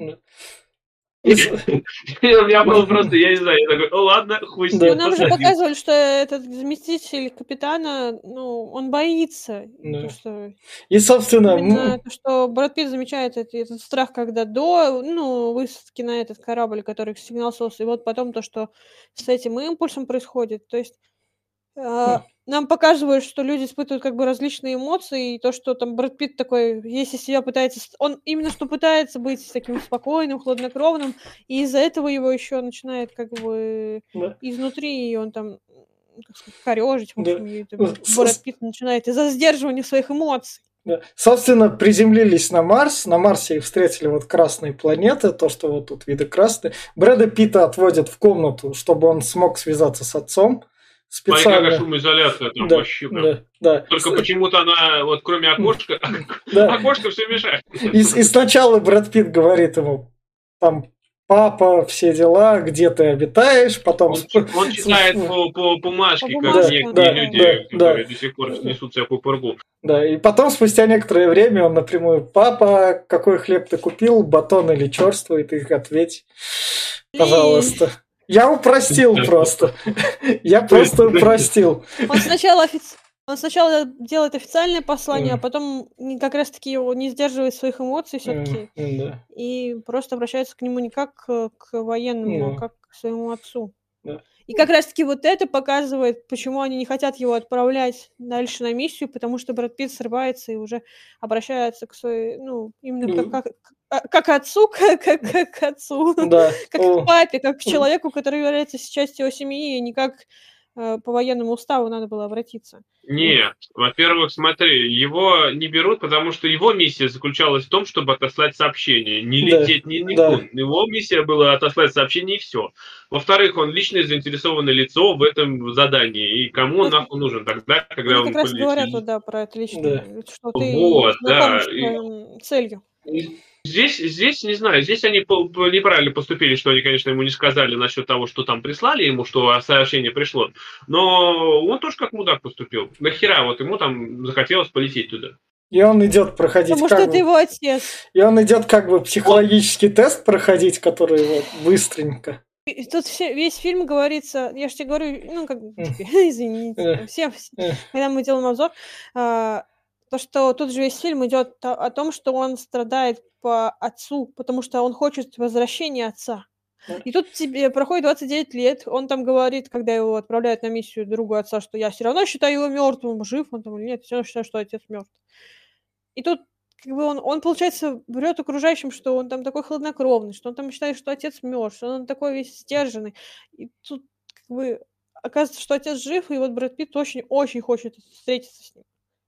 Я был просто, я не знаю, я такой, ладно, хуй с ним. Нам же показывали, что этот заместитель капитана, он боится. И, собственно... Именно то, что Брэд Питт замечает этот страх, когда до высадки на этот корабль, который сигнал СОС, и вот потом то, что с этим импульсом происходит. То есть нам показывают, что люди испытывают как бы различные эмоции, и то, что там Брэд Питт такой, если себя пытается... Он именно что пытается быть таким спокойным, хладнокровным, и из-за этого его еще начинает как бы изнутри, и он там, как сказать, корёжить, в общем, и Брэд Питт начинает из-за сдерживания своих эмоций. Да. Собственно, приземлились на Марс. На Марсе их встретили вот красные планеты, то, что вот тут виды красные. Брэда Питта отводят в комнату, чтобы он смог связаться с отцом. Специально. Какая шумоизоляция там вообще прям. Только почему-то она, вот кроме окошка, окошко все мешает. И сначала Брэд Питт говорит ему, там, папа, все дела, где ты обитаешь, потом... Он читает по бумажке, как некоторые люди, которые до сих пор несут всякую пургу. Да, и потом, спустя некоторое время, он напрямую, папа, какой хлеб ты купил, батон или чёрствый, и ты ответь, пожалуйста. Я упростил просто. Я просто упростил. Он сначала делает официальное послание, а потом как раз-таки не сдерживает своих эмоций все-таки. И просто обращается к нему не как к военному, а как к своему отцу. И как раз-таки вот это показывает, почему они не хотят его отправлять дальше на миссию, потому что Брэд Питт срывается и уже обращается к своей, именно как отцу, как к отцу, как к папе, как к человеку, который является частью его семьи, и не как по военному уставу надо было обратиться. Нет, во-первых, смотри, его не берут, потому что его миссия заключалась в том, чтобы отослать сообщение, не лететь, не Его миссия была отослать сообщение и все. Во-вторых, он личное заинтересованное лицо в этом задании, и кому он нахуй нужен тогда, когда он... Как раз говорят, про это личное, что ты знакомишь с твоей целью. Здесь, не знаю, здесь они неправильно поступили, что они, конечно, ему не сказали насчет того, что там прислали ему, что сообщение пришло. Но он тоже как мудак поступил. Нахера вот ему там захотелось полететь туда. И он идет проходить... Потому что это его отец. И он идет как бы психологический тест проходить, который вот быстренько. И тут весь фильм говорится, я же тебе говорю, извините, когда мы делаем обзор, то, что тут же весь фильм идет о том, что он страдает по отцу, потому что он хочет возвращения отца. И тут тебе проходит 29 лет, он там говорит, когда его отправляют на миссию другу отца, что я все равно считаю его мертвым, жив он там или нет, все равно считаю, что отец мертв. И тут как бы он, получается, врет окружающим, что он там такой хладнокровный, что он там считает, что отец мертв, что он такой весь сдержанный. И тут как бы оказывается, что отец жив, и вот Брэд Питт очень-очень хочет встретиться с ним.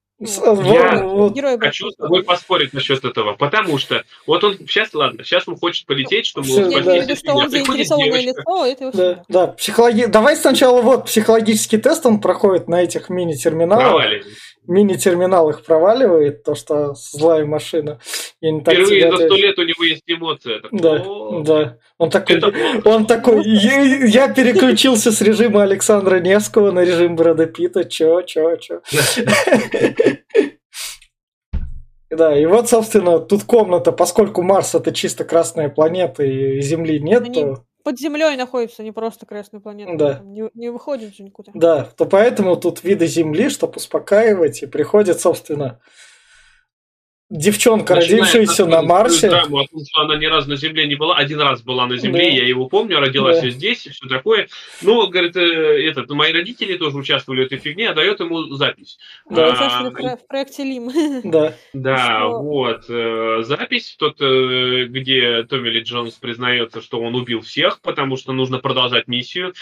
Я хочу с тобой поспорить насчет этого, потому что вот он сейчас он хочет полететь, чтобы спасти что он заинтересованное лицо, это его Давай сначала психологический тест он проходит на этих мини-терминалах. Мини-терминалах проваливает, то, что злая машина. Впервые за 100 лет у него есть эмоция. Да. Он такой, я переключился с режима Александра Невского на режим Брэда Питта. Чё? Да, и вот, собственно, тут комната, поскольку Марс это чисто красная планета и Земли нет, Они то под землей находятся, не просто красная планета. да. Там не выходят же никуда. Да, то поэтому тут виды Земли, чтобы успокаивать, и приходит, собственно, девчонка, Начинает родившаяся на рассказывать свою Марсе. драму о том, что она ни разу на Земле не была. Один раз была на Земле, Да. я его помню, родилась Да. я здесь и все такое. Но, говорит, мои родители тоже участвовали в этой фигне, а дает ему запись. Они участвовали в проекте Лим. Да. Да, Что? вот запись, где Томми Ли Джонс признается, что он убил всех, потому что нужно продолжать миссию,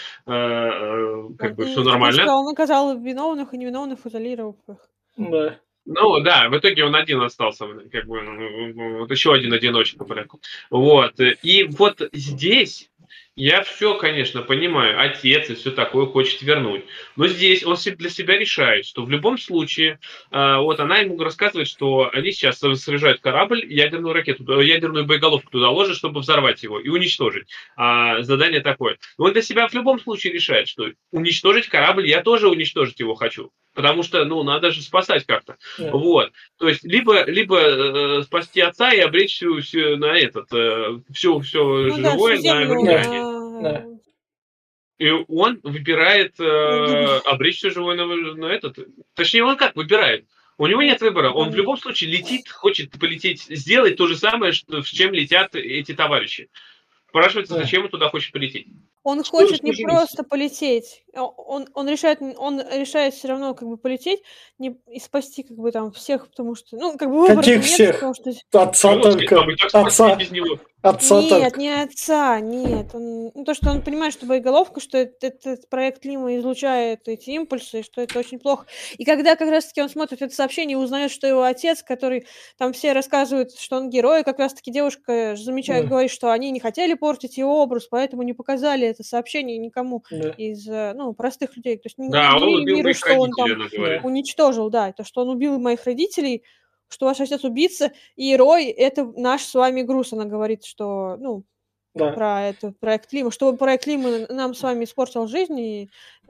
как бы все Он нормально. сказал, он наказал виновных и невиновных, изолировав их. Да. Ну да, в итоге он один остался, как бы вот еще один одиночка, блин. Вот. И вот здесь я все, конечно, понимаю, отец и все такое хочет вернуть. Но здесь он для себя решает, что в любом случае, вот она ему рассказывает, что они сейчас срежают корабль, ядерную ракету, ядерную боеголовку туда ложат, чтобы взорвать его и уничтожить. Задание такое. Но он для себя в любом случае решает, что уничтожить корабль, я тоже уничтожить его хочу. Потому что, надо же спасать как-то. Да. Вот. То есть, либо спасти отца и обречь все на все живое на вымирание. Да. И он выбирает обречь все живое на этот. Точнее, он как выбирает? У него нет выбора. Он в любом случае летит, хочет полететь, сделать то же самое, с чем летят эти товарищи. Спрашивается, зачем он туда хочет полететь? Он хочет не просто полететь, он решает все равно как бы полететь и спасти как бы там всех, потому что, выбора Каких нет, всех? потому что... Отца только. Отца. Отца нет, только. не отца, нет. То, что он понимает, что боеголовка, что этот проект Лима излучает эти импульсы, что это очень плохо. И когда как раз-таки он смотрит это сообщение и узнает, что его отец, который там все рассказывают, что он герой, как раз-таки девушка замечает, говорит, что они не хотели портить его образ, поэтому не показали это сообщение никому из простых людей. То есть не он убил миру, моих что он родителей, там уничтожил, да, то, что он убил моих родителей, что ваш отец убийца, и Рой — это наш с вами груз. Она говорит, что, про этот проект Лима, что проект Лима нам с вами испортил жизнь, и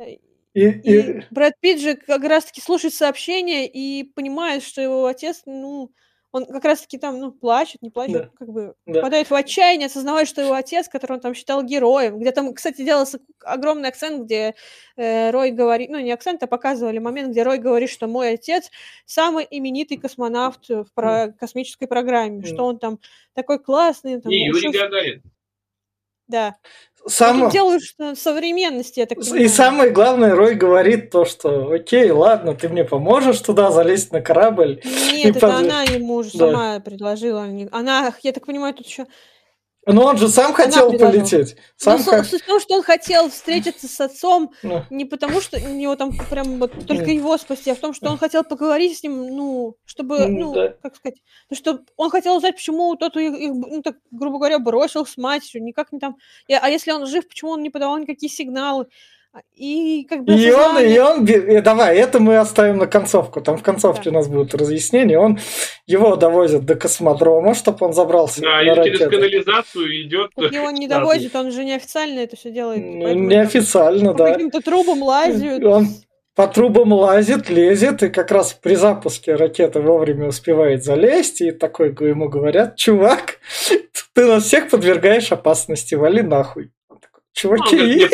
Брэд Питт же как раз-таки слушает сообщение и понимает, что его отец, он как раз-таки там, плачет, не плачет, как бы впадает в отчаяние, осознавая, что его отец, которого он там считал героем, где там, кстати, делался огромный акцент, где Рой говорит, не акцент, а показывали момент, где Рой говорит, что мой отец самый именитый космонавт в космической программе, что он там такой классный. Там, и Юрий Гагарин. Да. Тут делают современности, я так понимаю. И самое главное, Рой говорит то, что окей, ладно, ты мне поможешь туда залезть на корабль. Нет, это она ему уже сама предложила. Она, я так понимаю, тут еще... Но он же сам хотел полететь. Суть в том, что он хотел встретиться с отцом не потому, что у него там прям вот только его спасти, а в том, что он хотел поговорить с ним, чтобы, как сказать, что он хотел узнать, почему тот их, так, грубо говоря, бросил с матерью, никак не там... А если он жив, почему он не подавал никакие сигналы? И как бы давай, это мы оставим на концовку. Там в концовке у нас будут разъяснения. Его довозят до космодрома, чтобы он забрался на ракету. Через канализацию идет. Его не довозят, он же неофициально это все делает. Неофициально, да. По каким-то трубам лазят. Он по трубам лезет, и как раз при запуске ракеты вовремя успевает залезть, и такой ему говорят: чувак, ты нас всех подвергаешь опасности, вали нахуй. Чуваки,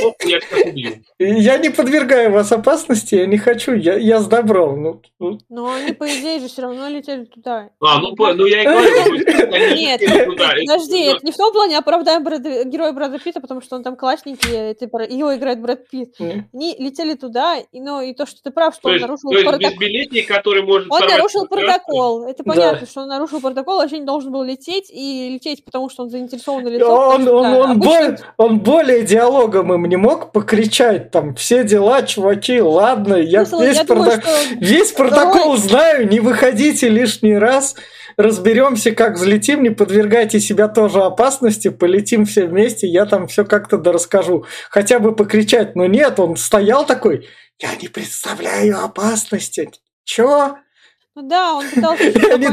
я не подвергаю вас опасности, я не хочу, я с добром. Но они, по идее же, все равно летели туда. Я и говорю, нет, подожди, это не в том плане оправдаем героя Брэда Питта, потому что он там классненький, его играет Брэд Питт. Они летели туда, и то, что ты прав, что он нарушил протокол. Безбилетник, который может... Он нарушил протокол, это понятно, что он нарушил протокол, вообще не должен был лететь, потому что он заинтересованное лицо. Он более диалогом им не мог покричать, там, все дела, чуваки, ладно, я весь протокол знаю, не выходите лишний раз, разберемся, как взлетим, не подвергайте себя тоже опасности, полетим все вместе, я там все как-то расскажу. Хотя бы покричать, но нет, он стоял такой: я не представляю опасности. Чё? Да, он пытался Они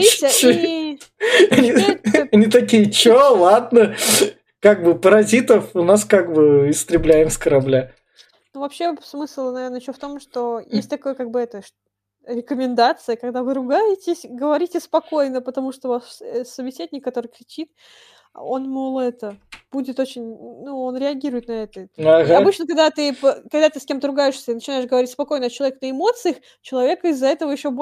такие, чё, ладно. Как бы паразитов у нас как бы истребляем с корабля. Вообще смысл, наверное, еще в том, что есть такое как бы рекомендация, когда вы ругаетесь, говорите спокойно, потому что ваш собеседник, который кричит, он, мол, будет очень, ну, он реагирует на это. И Ага. обычно, когда ты с кем-то ругаешься и начинаешь говорить спокойно, а человек на эмоциях, человек из-за этого человек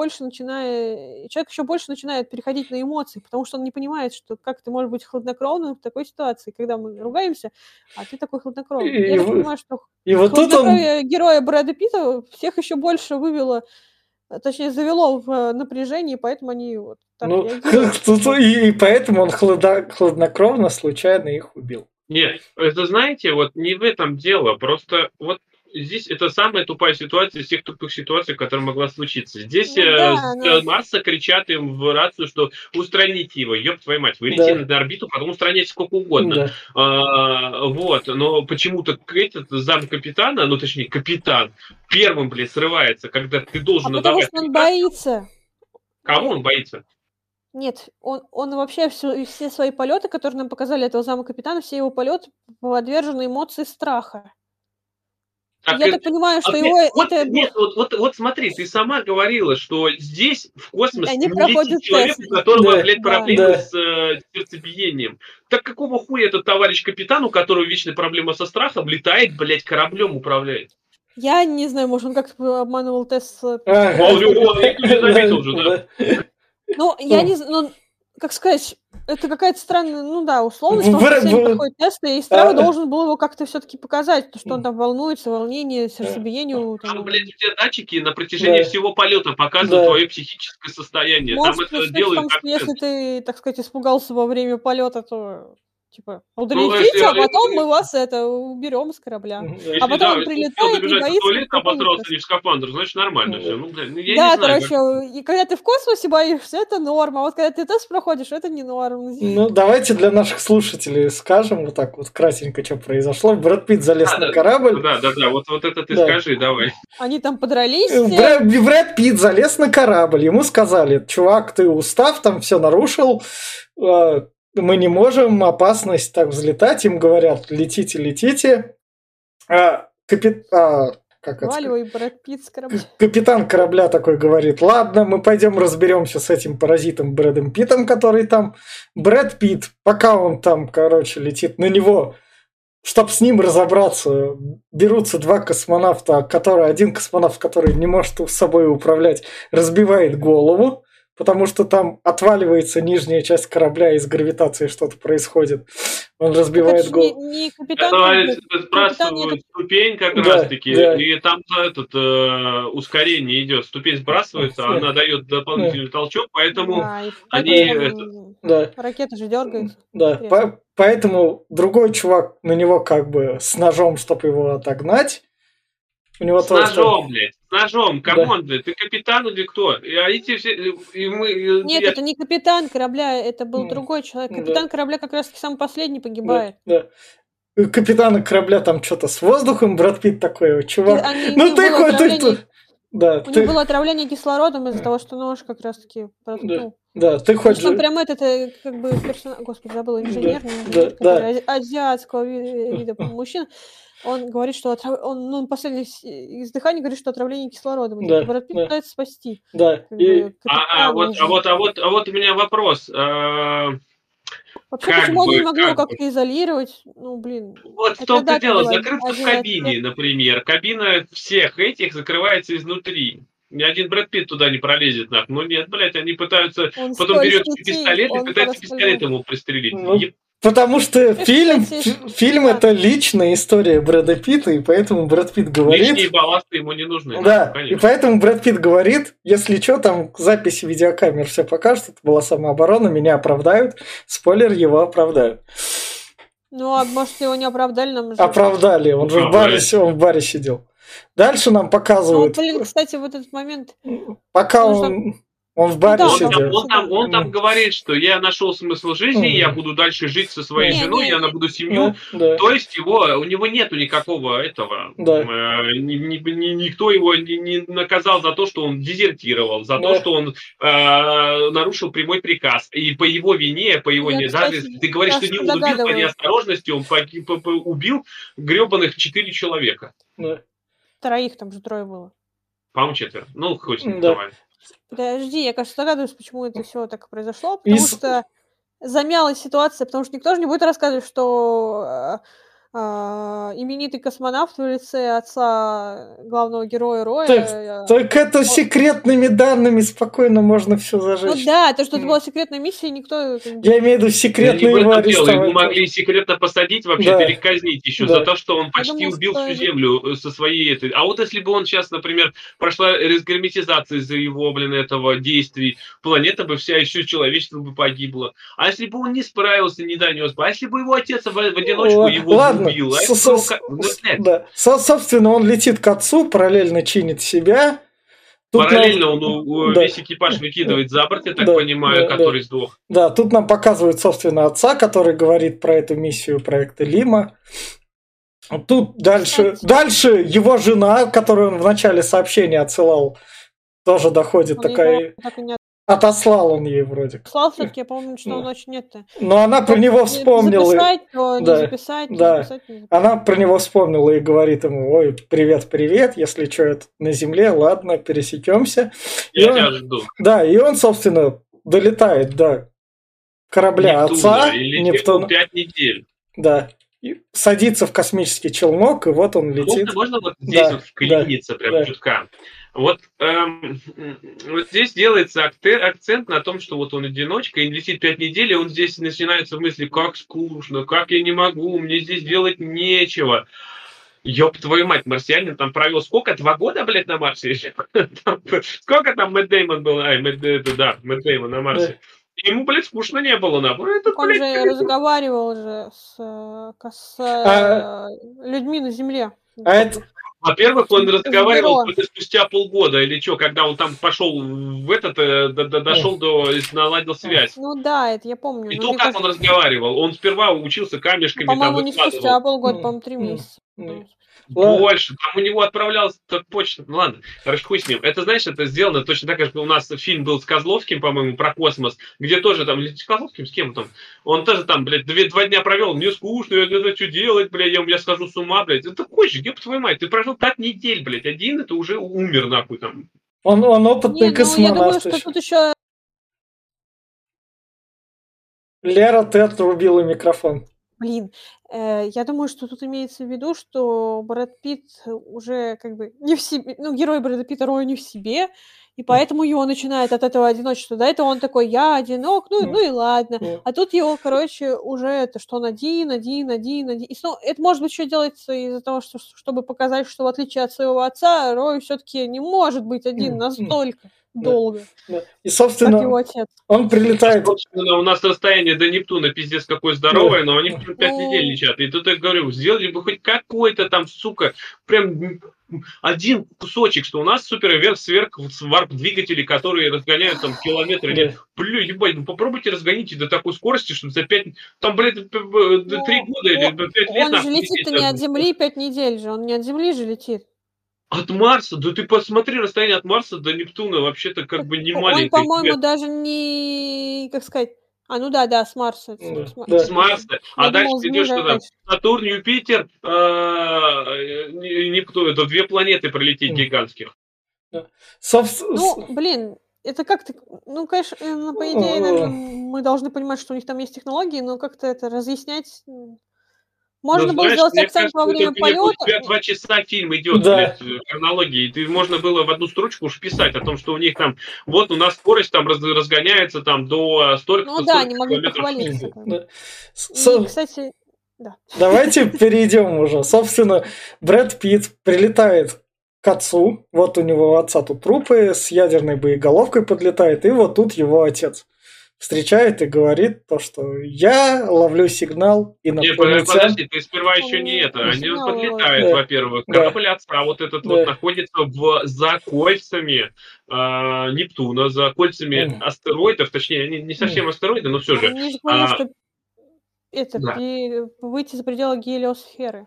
еще больше начинает переходить на эмоции, потому что он не понимает, что как ты можешь быть хладнокровным в такой ситуации, когда мы ругаемся, а ты такой хладнокровный. Я так понимаю, что И вот тут он... хладнокровие героя Брэда Питта всех еще больше вывело, точнее, завело в напряжение, поэтому они вот так Ну, реагируют. и поэтому он хладнокровно случайно их убил. Нет, это знаете, вот не в этом дело, просто вот здесь это самая тупая ситуация из всех тупых ситуаций, которая могла случиться. Здесь Марса кричат им в рацию, что устраните его, ёб твою мать, вы летите на орбиту, потом устраняйте сколько угодно. Вот, но почему-то этот замкапитана, ну точнее капитан, первым, блядь, срывается, когда ты должен потому что он боится. Кого он боится? Нет, он вообще все свои полеты, которые нам показали этого зама-капитана, все его полеты подвержены эмоции страха. Я так понимаю, что его... Нет, вот смотри, ты сама говорила, что здесь в космос Они не летит человек, у которого, блядь, проблемы с сердцебиением. Так какого хуя этот товарищ капитан, у которого вечная проблема со страхом, летает, блядь, кораблем управляет? Я не знаю, может, он как-то обманывал тест. Он никто не заметил же, да? Ну, я не знаю, ну, как сказать, это какая-то странная, ну да, условность, потому что все проходят тесты, и Страва должен был его как-то все-таки показать, то, что он там волнуется, волнение, сердцебиению. Там, блядь, у тебя датчики на протяжении всего полета показывают твое психическое состояние. Может, там это делают как если ты, так сказать, испугался во время полета, то типа, долетите, а потом мы вас уберем с корабля. А потом он прилетает и боится. Туалет обосрался не в скафандр, значит нормально все. Ну, я не Да, знаю, короче, и когда ты в космосе боишься, это норма, а вот когда ты тест проходишь, это не норма. Ну, давайте для наших слушателей скажем вот так вот кратенько, что произошло. Брэд Питт залез на корабль. Да, вот это ты скажи, давай. Они там подрались. Брэд Питт залез на корабль, ему сказали: чувак, ты устав, там все нарушил, мы не можем, опасность, так взлетать. Им говорят: летите. Капитан корабля такой говорит: ладно, мы пойдем разберемся с этим паразитом Брэдом Питтом, который там. Брэд Питт, пока он там, короче, летит на него, чтобы с ним разобраться, берутся два космонавта, один космонавт, который не может с собой управлять, разбивает голову, потому что там отваливается нижняя часть корабля, из гравитации что-то происходит. Он разбивает голову. Не капитан, сбрасывают ступень как раз-таки, и там ускорение идет. Ступень сбрасывается, она дает дополнительный толчок, поэтому они... Ракета же дергается. Да, поэтому другой чувак на него как бы с ножом, чтобы его отогнать. У него ножом, блядь. С ножом, камон, блядь, ты капитан или кто? Нет, это не капитан корабля, это был другой человек. Капитан корабля как раз-таки самый последний погибает. Да. Капитана корабля там что-то с воздухом, Брэд Питт такой: чувак, ну ты хоть... Да, у него было отравление кислородом из-за того, что нож как раз-таки проткнул. Да, ты хоть же... Там прям как бы персонаж... Господи, забыла, инженер, который азиатского вида мужчина. Он говорит, что последнее издыхание говорит, что отравление кислородом. Брэд Питт пытается спасти. Да. Вот у меня вопрос. Вообще, почему они не могли его как-то изолировать? Ну, блин. Вот в том-то дело, закрыться в кабине, например. Кабина всех этих закрывается изнутри. Ни один Брэд Питт туда не пролезет, нахуй. Ну нет, блядь, они пытаются... Потом берет пистолет и пытается пистолетом его пристрелить. Потому что фильм это личная история Брэда Питта, и поэтому Брэд Питт говорит... Лишние балласты ему не нужны. Да, и поэтому Брэд Питт говорит: если что, там записи видеокамер все покажут, это была самооборона, меня оправдают. Спойлер, его оправдают. Ну, а может, его не оправдали? Нам же... Оправдали, он же в баре сидел. Дальше нам показывают... Ну, блин, кстати, вот этот момент... Пока он в баре сидел. Он там говорит, что я нашел смысл жизни, я буду дальше жить со своей женой, я набуду семью. То есть у него нету никакого этого. Никто его не наказал за то, что он дезертировал, за то, что он нарушил прямой приказ. И по его вине, даже если ты говоришь, что не он убил по неосторожности, он убил гребаных 4 человека. Троих, там же 3 было. По-моему, 4. Ну, хоть Да. давай. Подожди, я, кажется, догадываюсь, почему это все так произошло, потому что замялась ситуация, потому что никто же не будет рассказывать, что именитый космонавт в лице отца главного героя Роя. Так это секретными данными спокойно можно все Ну зажечь. да, то, что это была секретная миссия, никто... Я имею в виду секретно Не в его этом дело. Его арестовать. могли секретно посадить вообще-то Да. или казнить еще Да. за то, что он почти думаю, убил что всю это- землю со своей этой. А вот если бы он сейчас, например, прошла разгерметизация из-за его, этого действий, планета бы вся, еще человечество бы погибло. А если бы он не справился, не донес бы, а если бы его отец в одиночку его Ладно. убил, а если бы его Да. Собственно, он летит к отцу, параллельно чинит себя. Тут параллельно нам- он Да. весь экипаж выкидывает за борт, я так Да, понимаю, да, который сдох. Да, тут нам показывают, собственно, отца, который говорит про эту миссию проекта Лима. Тут дальше его жена, которую он в начале сообщения отсылал, тоже доходит он такая... его так и не Отослал он ей вроде. отслал все-таки, я помню, что он очень это... Но она про него вспомнила. Записать, то не Да, записать, не да. записать, не записать. Она про него вспомнила и говорит ему: ой, привет, привет, если что, это на земле, ладно, пересечемся. Я тебя жду. Да, и он, собственно, долетает до корабля отца. Нептуна. 5 недель. Да. И садится в космический челнок, и вот он летит. Можно вот здесь вот вклиниться прям чутка? Вот здесь делается акцент на том, что вот он одиночка, и летит 5 недель, и он здесь начинается в мысли: как скучно, как я не могу, мне здесь делать нечего. Ёб твою мать, марсианин там провел сколько? 2 года, блядь, на Марсе? Сколько там Мэтт Дэймон был? Мэтт Дэймон на Марсе. Ему, блядь, скучно не было, наоборот. Он же разговаривал же с людьми на Земле. Во-первых, он разговаривал только спустя полгода, или что, когда он там пошел дошел наладил связь. Ну да, это я помню. И то, как он разговаривал. Он сперва учился камешками. По-моему, не спустя полгода, по-моему, 3 месяца. Больше. Там у него отправлялась почта. Ну ладно, хорошо, хуй с ним. Это, знаешь, это сделано точно так, как у нас фильм был с Козловским, по-моему, про космос, где тоже там, с Козловским, с кем там? Он тоже там, блядь, 2 дня провел, мне скучно, я не знаю, что делать, блядь, я схожу с ума, блядь. Это такой же, ёб твою мать, ты прожил 5 недель, блядь, один, это уже умер, нахуй, там. Он опытный космонавт. Я думаю, что тут еще... Лера, ты отрубила микрофон. Блин, я думаю, что тут имеется в виду, что Брэд Питт уже как бы не в себе, ну, герой Брэда Питта Рой не в себе, и поэтому его начинает от этого одиночества. До этого он такой: я одинок, ну и ладно. А тут его, короче, уже это, что он один. И снова, это, может быть, еще делается из-за того, что, чтобы показать, что в отличие от своего отца, Рой все-таки не может быть один настолько долго. И, собственно, как его отец. Он прилетает. Собственно, у нас расстояние до Нептуна пиздец какое здоровое, но они 5 недель летят. И тут я говорю, сделали бы хоть какой-то там, сука, прям один кусочек, что у нас сверх варп-двигатели, которые разгоняют там километры. Бля, ебать, ну попробуйте разгоните до такой скорости, чтобы за 5... Там, блядь, 3 года или 5 лет... Он же летит-то не от Земли 5 недель же, он не от Земли же летит. От Марса? Да ты посмотри, расстояние от Марса до Нептуна вообще-то как бы не маленькое. Он, по-моему, даже не... Как сказать... ну да, с Марса. С Марса. А дальше идешь туда. Сатурн, Юпитер, Нептун. Это 2 планеты пролететь гигантских. Ну, блин, это как-то... Ну, конечно, по идее, наверное, мы должны понимать, что у них там есть технологии, но как-то это разъяснять... Можно было сделать акцент во время полета. У тебя 2 часа фильм идет, блядь, хронологии. И можно было в одну строчку уж писать о том, что у них там, вот у нас скорость там разгоняется там до столько-то. Ну да, они могли похвалиться. И, кстати, да. Давайте перейдем уже. Собственно, Брэд Питт прилетает к отцу. Вот у него у отца тут трупы, с ядерной боеголовкой подлетает, и вот тут его отец встречает и говорит то, что я ловлю сигнал инопланетян. Нет, подожди, ты сперва еще не это. Они подлетают, во-первых. Корабль отца вот этот вот находится за кольцами Нептуна, за кольцами астероидов, точнее, не совсем астероиды, но все же. Они же говорят, что это выйти за пределы гелиосферы.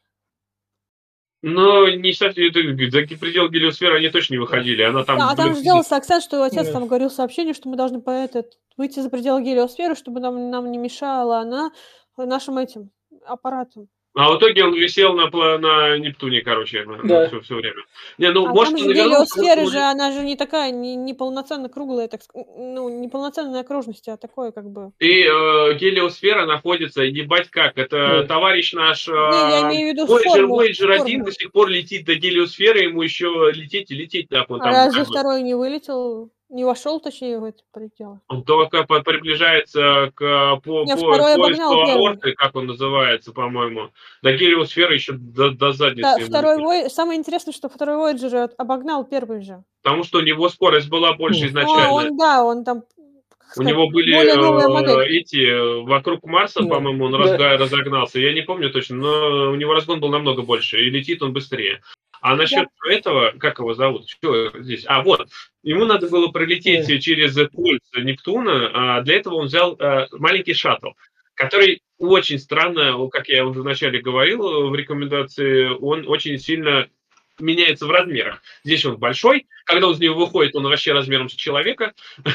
Но не совсем, за предел гелиосферы они точно не выходили. Она там, там же сделался акцент, что отец там говорил в сообщении, что мы должны выйти за пределы гелиосферы, чтобы нам не мешала она нашим этим аппаратам. А в итоге он висел на Нептуне, короче, Да. все время. Не, ну, А может, там он же и вернулся. гелиосфера же, она же не такая, не полноценно круглая, ну, не полноценная окружность, а такое как бы... И гелиосфера находится, ебать как, это Да. товарищ наш Не, я имею в виду Voyager 1 форму. до сих пор летит до гелиосферы, ему еще лететь и лететь так вот А там. разве как бы. второй не вылетел, не вошел, точнее, в это пределы? Он только приближается к Не, второй поиску обогнал первый. аорты, как он называется, по-моему. До гелиосферы еще до задницы ему лететь. Самое интересное, что второй Voyager обогнал первый же. Потому что у него скорость была больше Ну, изначально. Он там, как У сказать, него были более новая модель. эти вокруг Марса, Да. по-моему, он Да. разогнался. Я не помню точно, но у него разгон был намного больше, и летит он быстрее. А насчет этого, как его зовут? Что здесь? А, вот. Ему надо было пролететь через кольца Нептуна, а для этого он взял маленький шаттл, который очень странно, как я уже вначале говорил в рекомендации, он очень сильно меняется в размерах. Здесь он большой, когда он из него выходит, он вообще размером с человека.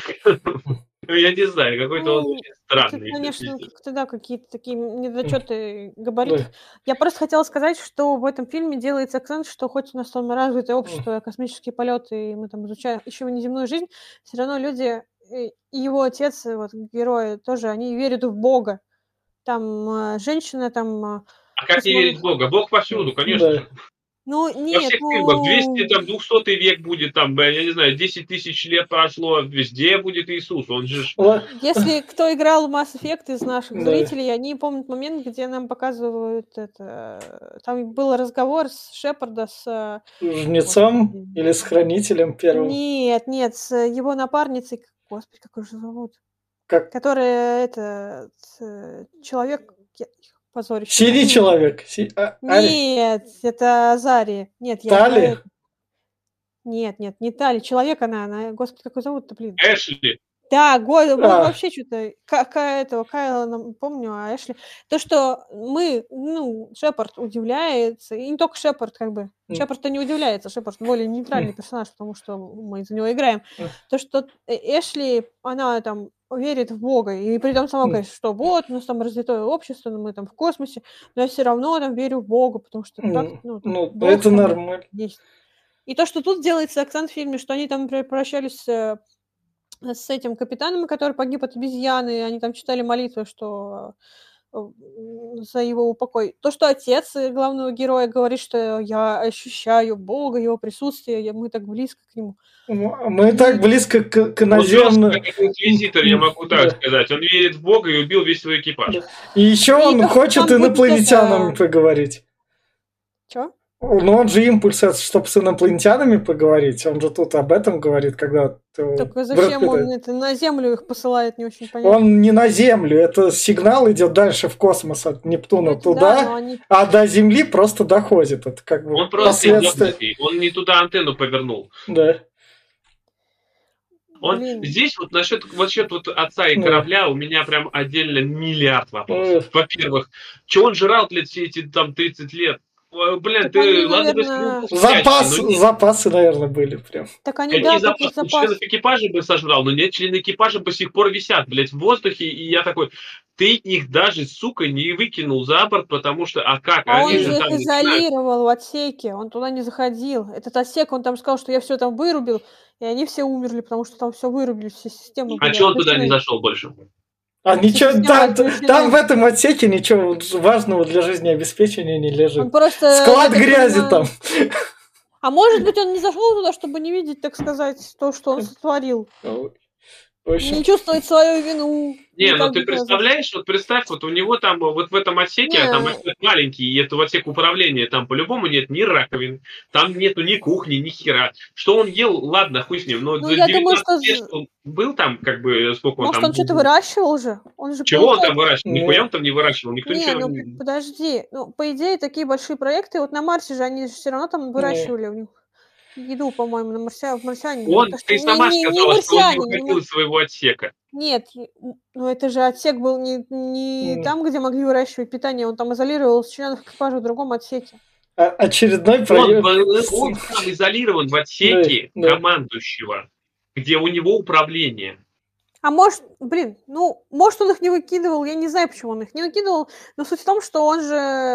Я не знаю, какой-то он очень странный. Это, конечно, как-то, да, какие-то такие недочеты габаритов. Я просто хотела сказать, что в этом фильме делается акцент, что хоть у нас там развитое общество, космические полеты, и мы там изучаем еще внеземную жизнь, все равно люди, и его отец, вот герои тоже, они верят в Бога. Там женщина, там... А как не верить в Бога? Бог повсюду, конечно же. Ну, Во нет, всех фильмах 200 век будет, там, я не знаю, 10 тысяч лет прошло, везде будет Иисус, он же... Если кто играл в Mass Effect из наших зрителей, они помнят момент, где нам показывают это... Там был разговор с Шепарда, с... Жнецом или с хранителем первым? Нет, с его напарницей, господи, как его зовут? Как? Которая, человек... Позорище. Синий человек. Нет, это Азария. Нет, Тали? Нет, не Тали. Человек она, господи, как его зовут-то, блин? Эшли. Да, вообще что-то, Кайла помню, а Эшли. То, что мы, Шепард удивляется, и не только Шепард, как бы. Шепард-то не удивляется, Шепард более нейтральный персонаж, потому что мы за него играем. То, что Эшли, она там верит в Бога, и при том сама говорит, что вот, у нас там развитое общество, мы там в космосе, но я все равно там верю в Бога, потому что так, Бог это нормально. Есть. И то, что тут делается акцент в фильме, что они там прощались с этим капитаном, который погиб от обезьяны, они там читали молитвы, что за его упокой. То, что отец главного героя говорит, что я ощущаю Бога, его присутствие, мы так близко к нему. Мы так близко к наземному... Как инквизитор, я могу так сказать. Он верит в Бога и убил весь свой экипаж. И еще он хочет инопланетянами поговорить. Чё? Ну, он же импульс, чтобы с инопланетянами поговорить. Он же тут об этом говорит, когда... Только зачем он это на Землю их посылает, не очень понятно. Он не на Землю, это сигнал идет дальше в космос от Нептуна туда, да, а до Земли просто доходит. Это как бы он просто он не туда антенну повернул. Да. Здесь вот насчет отца и корабля у меня прям отдельно миллиард вопросов. Во-первых, что он жрал, все эти там 30 лет? Блин, так они, наверное... Запасы, наверное, были прям. Так они, да, запасы? Членов экипажа бы сожрал, но нет, члены экипажа до сих пор висят, блядь, в воздухе, и я такой, ты их даже, сука, не выкинул за борт, потому что, как? Они он же их изолировал в отсеке, он туда не заходил. Этот отсек, он там сказал, что я все там вырубил, и они все умерли, потому что там все вырубили, все системы. А чего он туда не зашел больше? А ничего, там в этом отсеке ничего важного для жизнеобеспечения не лежит. Склад грязи там. А может быть, он не зашел туда, чтобы не видеть, так сказать, то, что он сотворил. Не чувствовать свою вину. Не, ну ты представляешь, вот представь, вот у него там вот в этом отсеке, там отсек маленький, и это отсек управления, там по-любому нет ни раковин, там нету ни кухни, ни хера. Что он ел, ладно, хуй с ним, но за 19 лет он был там, как бы, сколько он там... Может, он что-то выращивал же? Чего он там выращивал? Нихуя он там не выращивал, никто ничего... Не, подожди, по идее, такие большие проекты, вот на Марсе же они все равно там выращивали у них. Еду, по-моему, в марсиане. Ты сама сказала, что он не выходил из своего отсека. Нет, ну это же отсек был не там, где могли выращивать питание, он там изолировал членов экипажа в другом отсеке. Очередной проект. Он там изолирован в отсеке командующего, где у него управление. А может, может он их не выкидывал, я не знаю, почему он их не выкидывал, но суть в том, что он же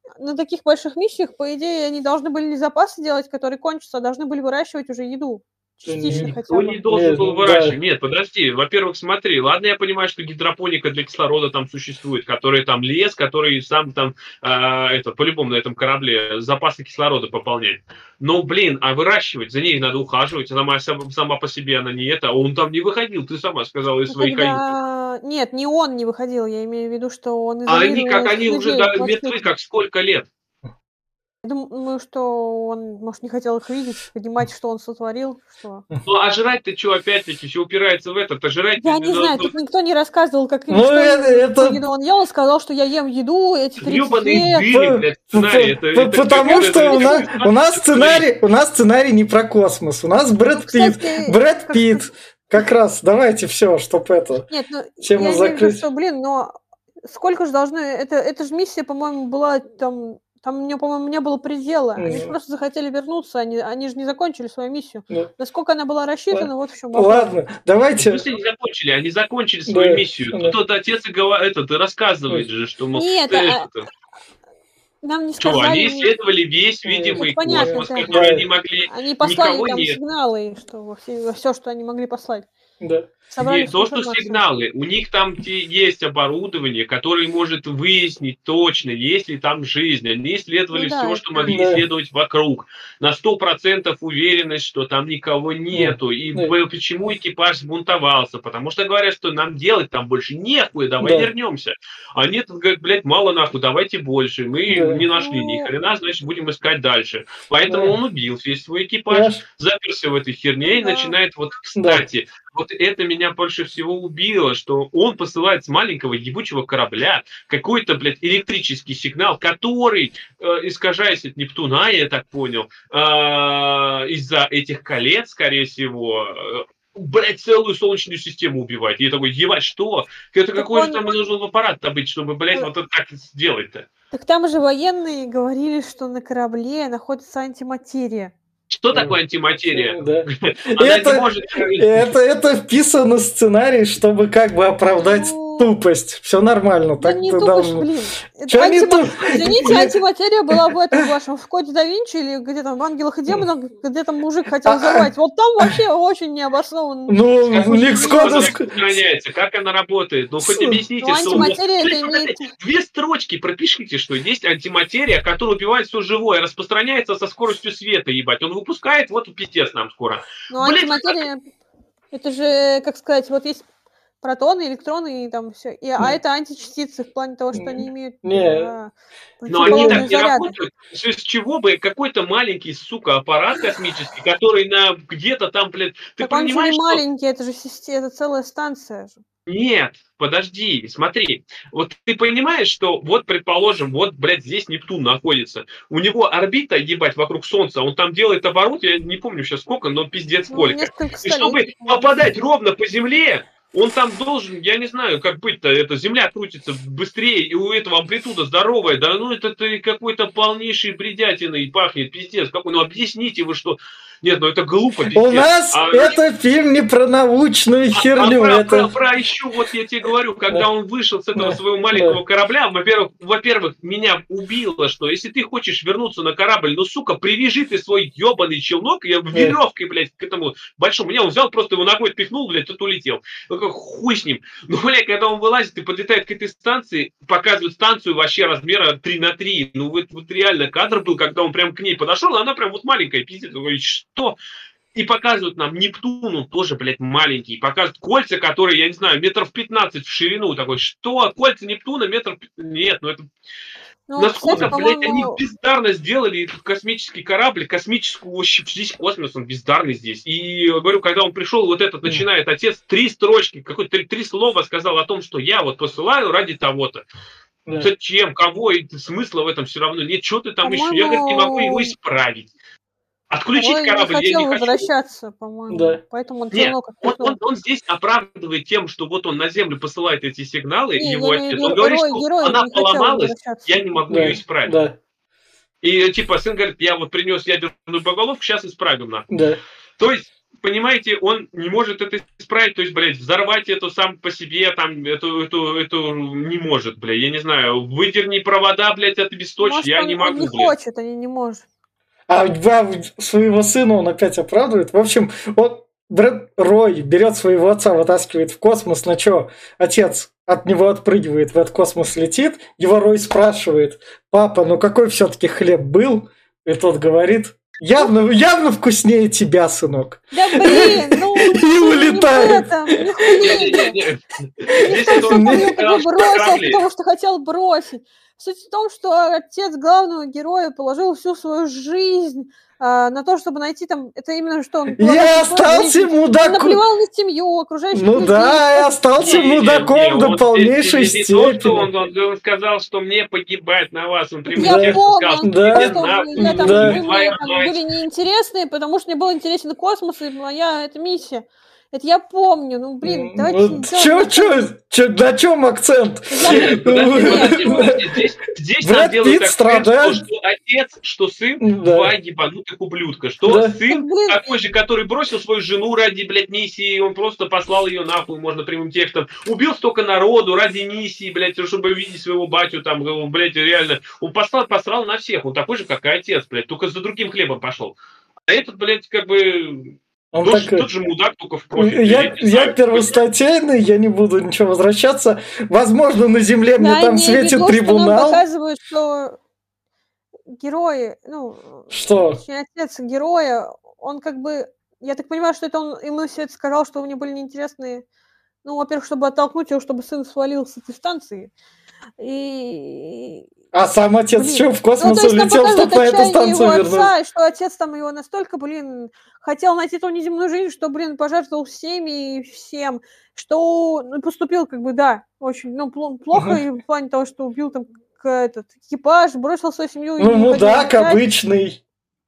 на таких больших миссиях, по идее, они должны были не запасы делать, которые кончатся, а должны были выращивать уже еду. Частично хотя Никто бы. не должен был да. выращивать. Нет, подожди. Во-первых, смотри. Ладно, я понимаю, что гидропоника для кислорода там существует, который там лес, который сам там, по-любому на этом корабле запасы кислорода пополняет. Но, блин, а выращивать, за ней надо ухаживать. Она сама по себе, она не это. А он там не выходил, ты сама сказала из своей каюты. Нет, не он не выходил, я имею в виду, что он А изолировал они этих уже людей. мертвы, как сколько лет? Я думаю, что он, может, не хотел их видеть, понимать, что он сотворил. Что... Ну, а жрать-то что, опять-таки, все упирается в это? Жрать Я не знаю, тут никто не рассказывал, как Ну, это... еду он ел, сказал, что я ем еду эти 30 лет. Потому что у нас сценарий не про космос. У нас Брэд Питт. Как раз, давайте все, чтобы это... Нет, ну, тему я закрыть. имею в виду, что, блин, но сколько же должны... Это же миссия, по-моему, была там... Там у нее, по-моему, не было предела. Они же просто захотели вернуться, они же не закончили свою миссию. Насколько она была рассчитана, вот в чем вопрос. Ладно, давайте... В смысле не закончили? Они закончили свою миссию. Тут отец и говорит, ты рассказывает же, что... Нет, нам не сказали... Что, они исследовали весь видимый космос, который они могли... Они послали там сигналы, что все, что они могли послать. Да. Не то, что сигналы. У них там есть оборудование, которое может выяснить точно, есть ли там жизнь. Они исследовали все, что могли исследовать вокруг. На 100% уверенность, что там никого нету. И почему экипаж сбунтовался? Потому что говорят, что нам делать там больше нехуй, давай вернемся. А нет, говорят, блядь, мало нахуй, давайте больше. Мы не нашли ни хрена, значит, будем искать дальше. Поэтому он убил весь свой экипаж, заперся в этой херне и начинает вот, кстати... Вот это меня больше всего убило, что он посылает с маленького ебучего корабля какой-то, блядь, электрический сигнал, который, искажаясь от Нептуна, я так понял, из-за этих колец, скорее всего, блядь, целую Солнечную систему убивает. И я такой, ебать, что? Это какой же там нужен аппарат-то быть, чтобы, блядь, вот это так сделать-то? Так там же военные говорили, что на корабле находится антиматерия. Что такое антиматерия? Да. Это вписано в сценарий, чтобы как бы оправдать тупость. Все нормально. Да не тупость, блин. Извините, антиматерия была в этом вашем, в Коде да Винчи или где там в Ангелах и Демонах, где там мужик хотел взорвать. Вот там вообще очень необоснованно. Ну, Ник Скотт распространяется, как она работает. Ну, хоть объясните, что... Антиматерия это имеет... 2 строчки пропишите, что есть антиматерия, которая убивает все живое, распространяется со скоростью света, ебать. Он выпускает, вот пиздец нам скоро. Ну, антиматерия, это же, как сказать, вот есть протоны, электроны и там все. А это античастицы в плане того, что они имеют... Но они так не работают. С чего бы какой-то маленький, сука, аппарат космический, который где-то там, блядь... Ты понимаешь, он же не маленький, это же это целая станция же. Нет, подожди, смотри. Вот ты понимаешь, что вот, предположим, вот, блядь, здесь Нептун находится. У него орбита, ебать, вокруг Солнца. Он там делает оборот, я не помню сейчас сколько, но пиздец сколько. И чтобы попадать ровно по Земле, он там должен, я не знаю, как быть-то, эта Земля крутится быстрее, и у этого амплитуда здоровая, да ну это какой-то полнейший бредятиной пахнет, пиздец, какой, ну объясните вы, что... Нет, ну это глупо, пиздец. У нас это фильм не про научную херню. Про еще, вот я тебе говорю, когда он вышел с этого своего маленького корабля, во-первых, меня убило, что если ты хочешь вернуться на корабль, ну, сука, привяжи ты свой ебаный челнок веревкой, блядь, к этому большому. Меня он взял, просто его ногой пихнул, блядь, тут улетел. Хуй с ним. Ну, блядь, когда он вылазит и подлетает к этой станции, показывает станцию вообще размера 3×3. Ну, вот реально кадр был, когда он прям к ней подошел, и она прям вот маленькая, пиздец. Что? И показывают нам Нептун, он тоже, блядь, маленький. Показывают кольца, которые, я не знаю, 15 метров в ширину. Такой, что? Кольца Нептуна метров... Нет, ну это... Ну, насколько, кстати, блядь, они бездарно сделали этот космический корабль, космическую, вообще, здесь космос, он бездарный здесь. И, говорю, когда он пришел, вот этот начинает, отец 3 строчки, какое-то 3 слова сказал о том, что я вот посылаю ради того-то. Да. Зачем? Кого? И смысла в этом все равно нет. Что ты там еще? Я, говорит, не могу его исправить. Отключить корабль я не хочу. Возвращаться, по-моему. Да. Поэтому он он здесь оправдывает тем, что вот он на Землю посылает эти сигналы, его отец. Он говорит, что она поломалась, я не могу ее исправить. Да. И типа сын говорит, я вот принес ядерную боголовку, сейчас исправим нахуй. Да. То есть понимаете, он не может это исправить, то есть, блядь, взорвать это сам по себе, там, эту не может, блядь, я не знаю, выдерни провода, блядь, от бесточ, Может, я не могу, он не блядь. хочет, а не может. А своего сына он опять оправдывает. В общем, Брэд Рой берет своего отца, вытаскивает в космос, на что отец от него отпрыгивает, в этот космос летит. Его Рой спрашивает: папа, ну какой все-таки хлеб был? И тот говорит: явно вкуснее тебя, сынок. Да блин, ну И улетает. Потому что хотел бросить. Суть в том, что отец главного героя положил всю свою жизнь на то, чтобы найти там... Это именно что он... Я остался мудаком. Он наплевал на семью, окружающих людей. Ну да, я остался мудаком до полнейшей степени. Он сказал, что мне погибать на вас. Он прямо я помню, сказал, были неинтересные, потому что мне был интересен космос, и моя эта миссия. Это я помню, ну блин, давайте... На чем акцент? Здесь нам делают акцент, что отец, что сын, два ебанутых ублюдка. Что сын такой же, который бросил свою жену ради, блядь, миссии, он просто послал ее нахуй, можно прямым текстом. Убил столько народу ради миссии, блядь, чтобы увидеть своего батю там, блядь, реально. Он посрал на всех, он такой же, как и отец, блядь, только за другим хлебом пошел. А этот, блядь, как бы... Он тот же мудак, только в профиль. Я первостатейный, я не буду ничего возвращаться. Возможно, на земле мне там светит трибунал. Нам показывают, что герои, что? Отец героя, он как бы, я так понимаю, что это он ему все это сказал, что у него были неинтересные, во-первых, чтобы оттолкнуть его, чтобы сын свалил с этой станции. А сам отец что, в космос улетел, чтобы на эту станцию вернуться? И что отец там его настолько, хотел найти ту неземную жизнь, что, пожертвовал всеми и всем, что поступил, очень, плохо, и в плане того, что убил там экипаж, бросил свою семью. Мудак обычный.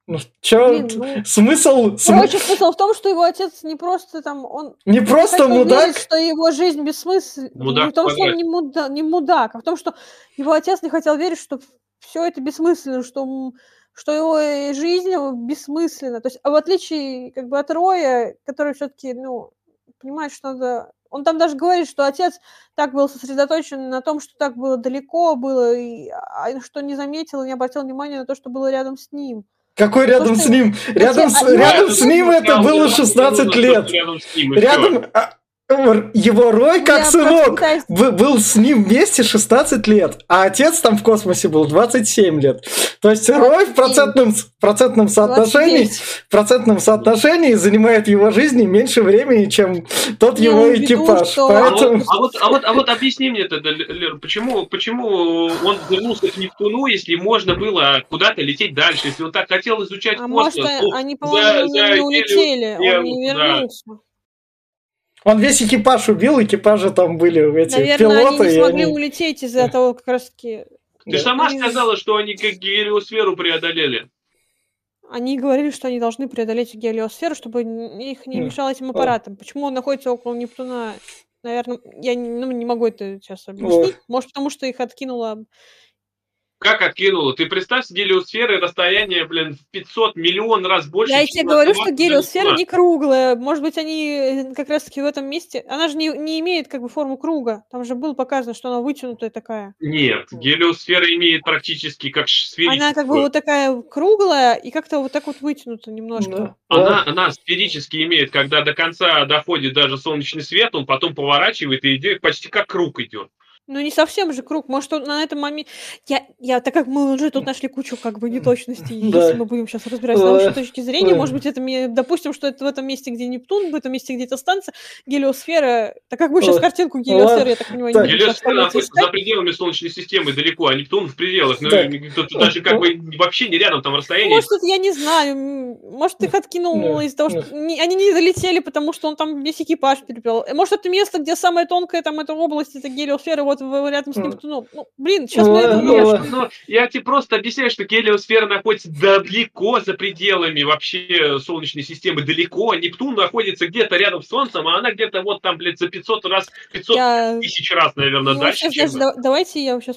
Смысл... Короче, смысл в том, что его отец не просто там... Он не просто мудак? Верить, что его жизнь бессмысленна. Не в том, что он не мудак, а в том, что его отец не хотел верить, что все это бессмысленно, что его жизнь бессмысленна. То есть, в отличие от Роя, который все-таки, понимает, что надо... Он там даже говорит, что отец так был сосредоточен на том, что так было далеко было, а что не заметил и не обратил внимания на то, что было рядом с ним. Какой рядом с ним? Рядом с ним это было 16 лет. Рядом... Его Рой, как сынок, был с ним вместе 16 лет, а отец там в космосе был 27 лет. То есть Рой в процентном соотношении занимает в его жизни меньше времени, чем тот его экипаж. Поэтому... А вот объясни мне тогда, Лер, почему он вернулся к Нептуну, если можно было куда-то лететь дальше, если он так хотел изучать космос? Может, они, по-моему, не улетели, он не вернулся. Он весь экипаж убил, экипажи там были эти наверное, пилоты. Они не смогли улететь из-за того, как раз-таки... Ты сама сказала, что они как гелиосферу преодолели. Они говорили, что они должны преодолеть гелиосферу, чтобы их не мешало этим аппаратам. Почему он находится около Нептуна? Наверное, я не могу это сейчас объяснить. Может, потому что их откинуло... Как откинуло? Ты представь, с гелиосферы расстояние, в 500 миллион раз больше. Я тебе говорю, что гелиосфера не круглая. Может быть, они как раз-таки в этом месте... Она же не имеет форму круга. Там же было показано, что она вытянутая такая. Нет, гелиосфера имеет практически как сферическую. Она вот такая круглая и как-то вот так вот вытянута немножко. Да. Она сферически имеет, когда до конца доходит даже солнечный свет, он потом поворачивает и идет почти как круг идет. Не совсем же круг. Может, он на этом моменте... Так как мы уже тут нашли кучу неточностей, если мы будем сейчас разбирать с научной точки зрения, может быть, это допустим, что это в этом месте, где Нептун, в этом месте, где эта станция, гелиосфера... Так как мы сейчас картинку гелиосферы, я так понимаю, не будем. Гелиосфера находится за пределами Солнечной системы далеко, а Нептун в пределах. Даже вообще не рядом, там расстояние. Может, я не знаю. Может, их откинуло из-за того, что они не долетели, потому что он там весь экипаж перепел. Может, это место, где самая тонкая там эта область, это гелиосфера, рядом с Нептуном. Сейчас мы это узнаем. Я тебе просто объясняю, что гелиосфера находится далеко за пределами вообще Солнечной системы. Далеко. Нептун находится где-то рядом с Солнцем, а она где-то вот там, за 500 тысяч раз, наверное, дальше. Давайте я сейчас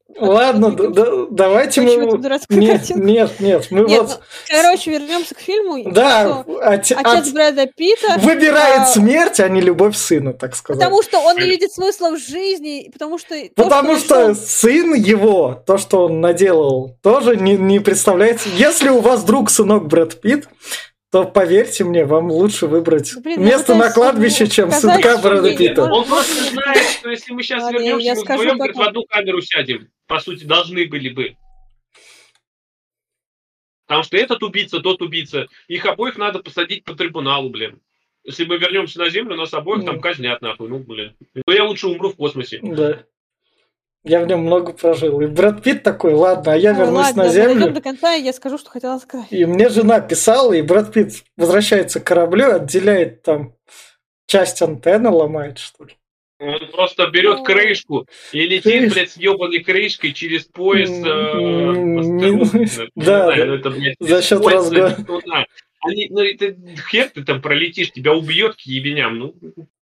Ладно, давайте Очень мы... дурацкую Нет, картинку. нет, мы Нет, вот... короче, вернемся к фильму. Да, что отец Брэда Питта выбирает смерть, а не любовь сына, так сказать. потому что он не видит смысла в жизни, потому что сын его, то, что он наделал, тоже не представляется. Если у вас друг сынок Брэд Питт, то поверьте мне, вам лучше выбрать место на кладбище, чем сынка Брэда Питта. Он просто знает, что если мы сейчас вернемся, мы вдвоем в одну камеру сядем. По сути, должны были бы. Потому что этот убийца, тот убийца. Их обоих надо посадить по трибуналу, блин. Если мы вернемся на Землю, нас обоих там казнят, нахуй. Ну, блин. Ну, я лучше умру в космосе. Да. Я в нем много прожил. И Брэд Питт такой, ладно, а я вернусь на Землю. Дойдем до конца, и я скажу, что хотела сказать. И мне жена писала, и Брэд Питт возвращается к кораблю, отделяет там часть антенны, ломает, что ли. Он просто берет крышку и летит, блядь, с ебаной крышкой через пояс. Да, за счет разгона. Ну, это хер ты там пролетишь, тебя убьет к ебеням. Ну.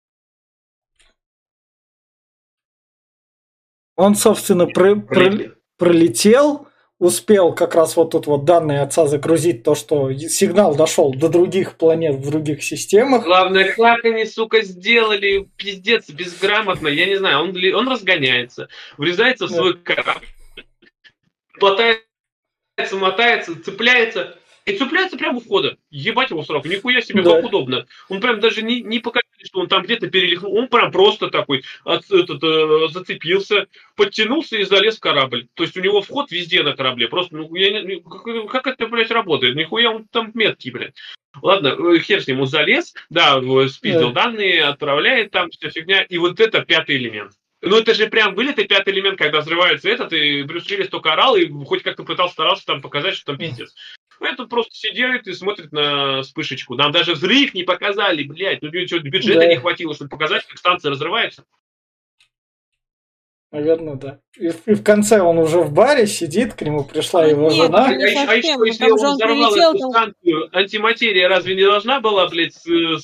Он, собственно, пролетел, успел как раз вот тут вот данные отца загрузить, то, что сигнал дошел до других планет в других системах. Главное, как они, сука, сделали, пиздец, безграмотно, я не знаю, он разгоняется, врезается в свой корабль, мотается, цепляется. И цепляется прямо у входа. Ебать его срок. Нихуя себе, как удобно. Он прям даже не показали, что он там где-то перелихнул. Он прям просто такой зацепился, подтянулся и залез в корабль. То есть у него вход везде на корабле. Просто, как это, блядь, работает? Нихуя он там меткий, блядь. Ладно, хер с ним, он залез, да, спиздил данные, отправляет там вся фигня. И вот это 5-й элемент. Ну, это же прям вылитый 5-й элемент, когда взрывается этот, и Брюс Уиллис только орал, и хоть как-то старался там показать, что там пиздец. Это просто сидит и смотрит на вспышечку. Нам даже взрыв не показали, блядь. Ну, бюджета не хватило, чтобы показать, как станция разрывается. Наверное, да. И в конце он уже в баре сидит, к нему пришла его жена. А еще, если он взорвал эту станцию, антиматерия разве не должна была, блядь,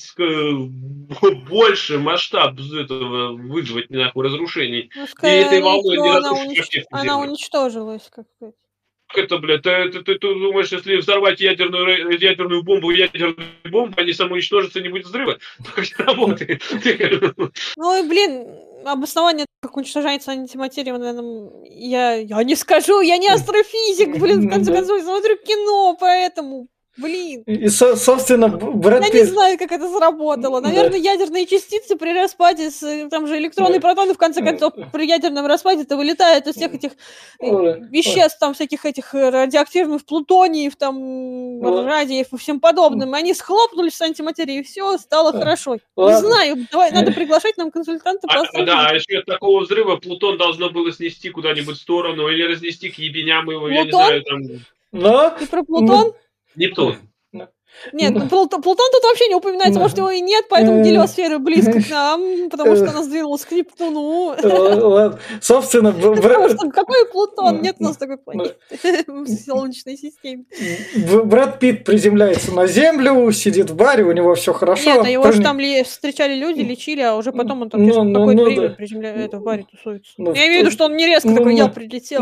больше масштаб этого вызвать, нахуй, разрушений? И этой волной не разрушить она уничтожилась как-то. Это, блядь, ты думаешь, если взорвать ядерную бомбу, а не самоуничтожиться, не будет взрыва? Как это работает? Ну и, блин, обоснование, как уничтожается антиматерия, наверное, я не скажу, я не астрофизик, блин, в конце концов, я смотрю кино, поэтому... Блин. И, собственно, Брэд Питт... Я не знаю, как это сработало. Наверное, ядерные частицы при распаде, там же электроны и протоны, в конце концов, при ядерном распаде-то вылетают из всех этих веществ, там, всяких этих радиоактивных плутониев, там, радиев и всем подобным. Они схлопнулись с антиматерией, и все, стало хорошо. Не знаю, давай, надо приглашать нам консультанта по астрофизике. Да, а еще от такого взрыва Плутон должно было снести куда-нибудь в сторону или разнести к ебеням его, я не знаю, там... Ты про Плутон? Нептун. Нет, Плутон тут вообще не упоминается, может, его и нет, поэтому гелиосфера близко к нам, потому что она сдвинулась к Нептуну. Собственно, какой Плутон? Нет у нас такой планеты в Солнечной системе. Брэд Питт приземляется на Землю, сидит в баре, у него все хорошо. Нет, его же там встречали люди, лечили, а уже потом он там какое-то время приземляется в баре, тусуется. Я имею в виду, что он не резко такой, я прилетел,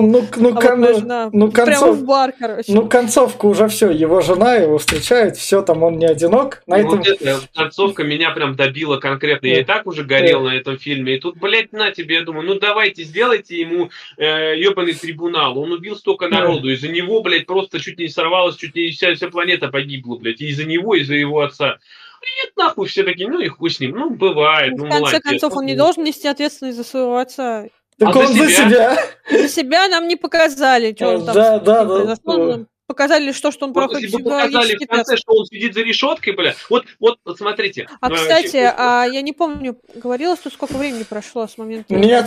прямо в бар, короче. Ну, концовка уже все, его жена его встречает, все, там он не одинок. Концовка меня прям добила конкретно. Я и так уже горел на этом фильме. И тут, блядь, на тебе, я думаю, ну давайте, сделайте ему ебаный трибунал. Он убил столько народу. Из-за него, блядь, просто чуть не сорвалась, чуть не вся планета погибла, блядь. И из-за него, из-за его отца. Нет, нахуй, все такие, ну и хуй с ним. Ну, бывает, ну, в конце концов, он не должен нести ответственность за своего отца. Так он за себя. За себя нам не показали, что он там. Да. Показали, что он проходит психологический тест. В конце, что он сидит за решеткой, бля. Вот смотрите. Кстати, я не помню, говорилось, что сколько времени прошло с момента... Нет.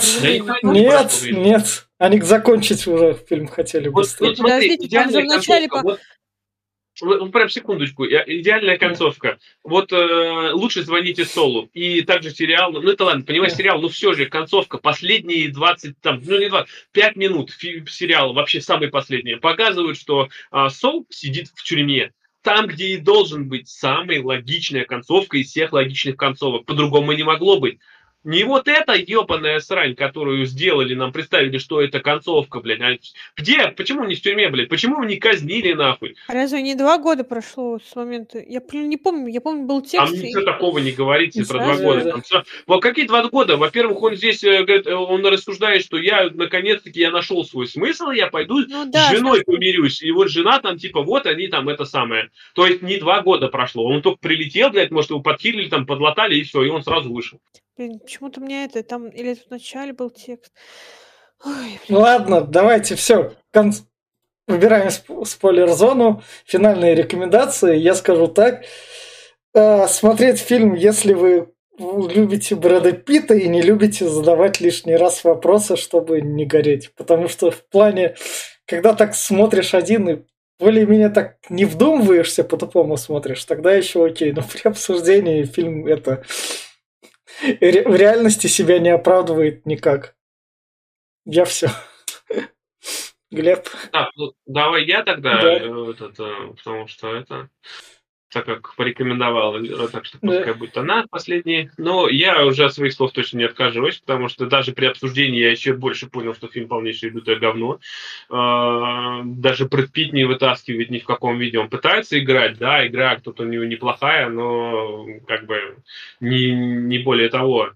Они закончить уже фильм хотели быстрее. Вот смотри, идеальная концовка. Вот прям секундочку, идеальная концовка. Вот лучше звоните Солу. И также сериал, ну это ладно, понимаешь, сериал, но все же концовка, последние 20, там, ну не 20, 5 минут сериала, вообще самые последние, показывают, что Сол сидит в тюрьме. Там, где и должен быть самая логичная концовка из всех логичных концовок. По-другому не могло быть. Не вот эта ебаная срань, которую сделали, нам представили, что это концовка, блядь. А где? Почему не в тюрьме, блядь? Почему не казнили, нахуй? А разве не 2 года прошло с момента? Не помню. Я помню, был Там текст ничего и... такого не говорится про 2 года. Разве? Да. Там вот какие 2 года? Во-первых, он здесь говорит, он рассуждает, что я наконец-таки я нашел свой смысл, я пойду Ну с да, женой что... помирюсь. И вот жена там типа вот они там это самое. То есть не 2 года прошло. Он только прилетел, блядь, может его подхилили, там подлатали и все, и он сразу вышел. Блин, почему-то у меня это там... Или это в начале был текст. Ой, Ну ладно, давайте, все. Выбираем спойлер-зону. Финальные рекомендации. Я скажу так. Смотреть фильм, если вы любите Брэда Питта и не любите задавать лишний раз вопросы, чтобы не гореть. Потому что в плане, когда так смотришь один и более-менее так не вдумываешься, по-тупому смотришь, тогда еще окей. Но при обсуждении фильм это в реальности себя не оправдывает никак. Я все. Глеб. Так, ну, давай я тогда, Да. потому что это, так как порекомендовала Лера, так что Да. пускай будет она последней. Но я уже от своих слов точно не откажусь, потому что даже при обсуждении я еще больше понял, что фильм полнейшее лютое говно. Даже Брэд Питт не вытаскивает ни в каком виде. Он пытается играть, да, игра кто-то у него неплохая, но как бы не более того.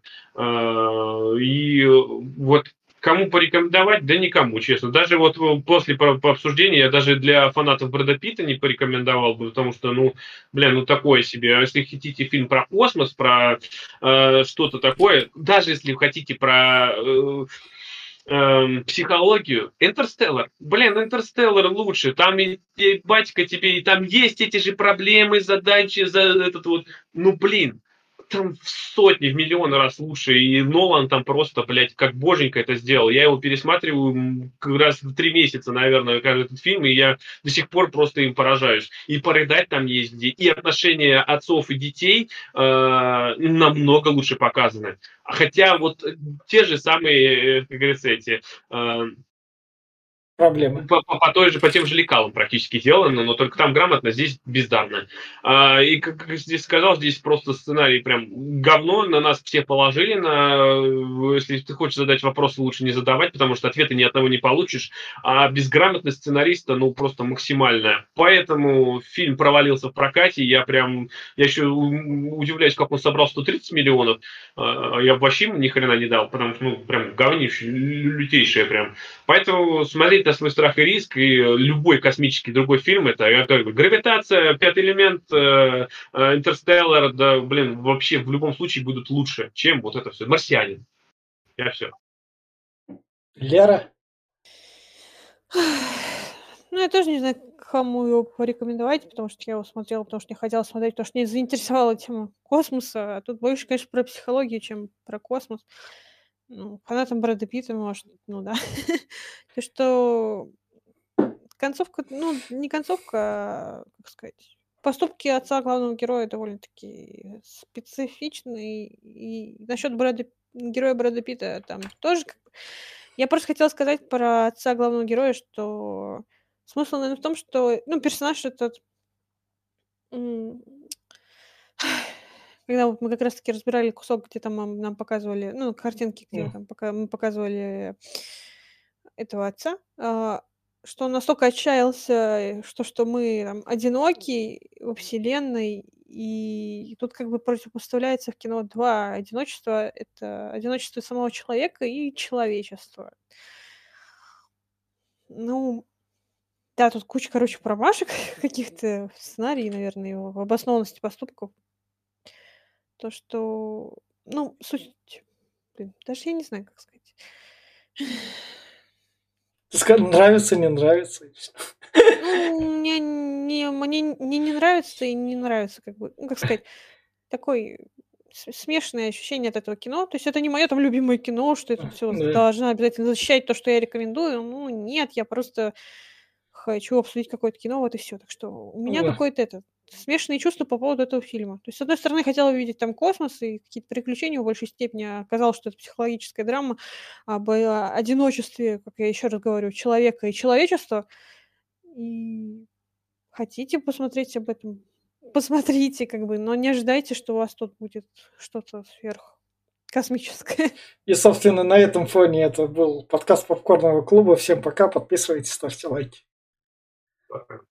И вот кому порекомендовать? Да никому, честно. Даже вот после по обсуждения я даже для фанатов Брэда Питта не порекомендовал бы, потому что, ну, бля, ну такое себе. А если хотите фильм про космос, про что-то такое, даже если вы хотите про психологию, Интерстеллар. Блин, Интерстеллар лучше. Там и батька тебе, и там есть эти же проблемы, задачи, за этот вот. Ну, блин, там в сотни, в миллионы раз лучше. И Нолан там просто, блядь, как боженька это сделал. Я его пересматриваю раз в 3 месяца, наверное, каждый этот фильм, и я до сих пор просто им поражаюсь. И порыдать там есть где. И отношения отцов и детей намного лучше показаны. Хотя вот те же самые, как говорится, эти Проблемы. по тем же лекалам практически сделано, но только там грамотно, здесь бездарно. И как здесь сказал, здесь просто сценарий прям говно, на нас всех положили, если ты хочешь задать вопросы, лучше не задавать, потому что ответа ни от одного не получишь, а безграмотность сценариста, ну, просто максимальная. Поэтому фильм провалился в прокате, я еще удивляюсь, как он собрал 130 миллионов, я вообще ему ни хрена не дал, потому что, ну, прям говнище, лютейшее прям. Поэтому смотреть на свой страх и риск, и любой космический другой фильм, это я говорю, «Гравитация», «Пятый элемент», «Интерстеллар», да, блин, вообще в любом случае будут лучше, чем вот это все. «Марсианин». Я все. Лера. Ну, я тоже не знаю, кому его порекомендовать, потому что я его смотрела, потому что не хотела смотреть, потому что меня заинтересовала тема космоса. А тут больше, конечно, про психологию, чем про космос. Ну, фанатам Брэда Питта, может, ну да. То, что концовка, ну, не концовка, как сказать, поступки отца главного героя довольно-таки специфичны. И насчет героя Брэда Питта там тоже... Я просто хотела сказать про отца главного героя, что смысл, наверное, в том, что, ну, персонаж этот... Когда вот мы как раз-таки разбирали кусок, где там нам показывали, ну, картинки, где там мы показывали этого отца, что он настолько отчаялся, что мы там одиноки во Вселенной, и тут как бы противопоставляется в кино 2 одиночества. Это одиночество самого человека и человечества. Ну, да, тут куча, короче, промашек каких-то в сценарии, наверное, в обоснованности поступков. То, что, ну, суть, блин, даже я не знаю, как сказать. Нравится, не нравится. И всё. Ну, мне не нравится и не нравится, как бы, ну, как сказать, такой смешанное ощущение от этого кино. То есть это не мое там любимое кино, что я тут все Да. должна обязательно защищать то, что я рекомендую. Ну, нет, я просто хочу обсудить какое-то кино, вот и все. Так что у меня Да. какое-то смешанные чувства по поводу этого фильма. То есть, с одной стороны, хотела увидеть там космос и какие-то приключения в большей степени, а оказалось, что это психологическая драма об одиночестве, как я еще раз говорю, человека и человечества. И хотите посмотреть об этом? Посмотрите, как бы, но не ожидайте, что у вас тут будет что-то сверх. Космическое. И, собственно, на этом фоне это был подкаст Попкорного клуба. Всем пока, подписывайтесь, ставьте лайки. Пока.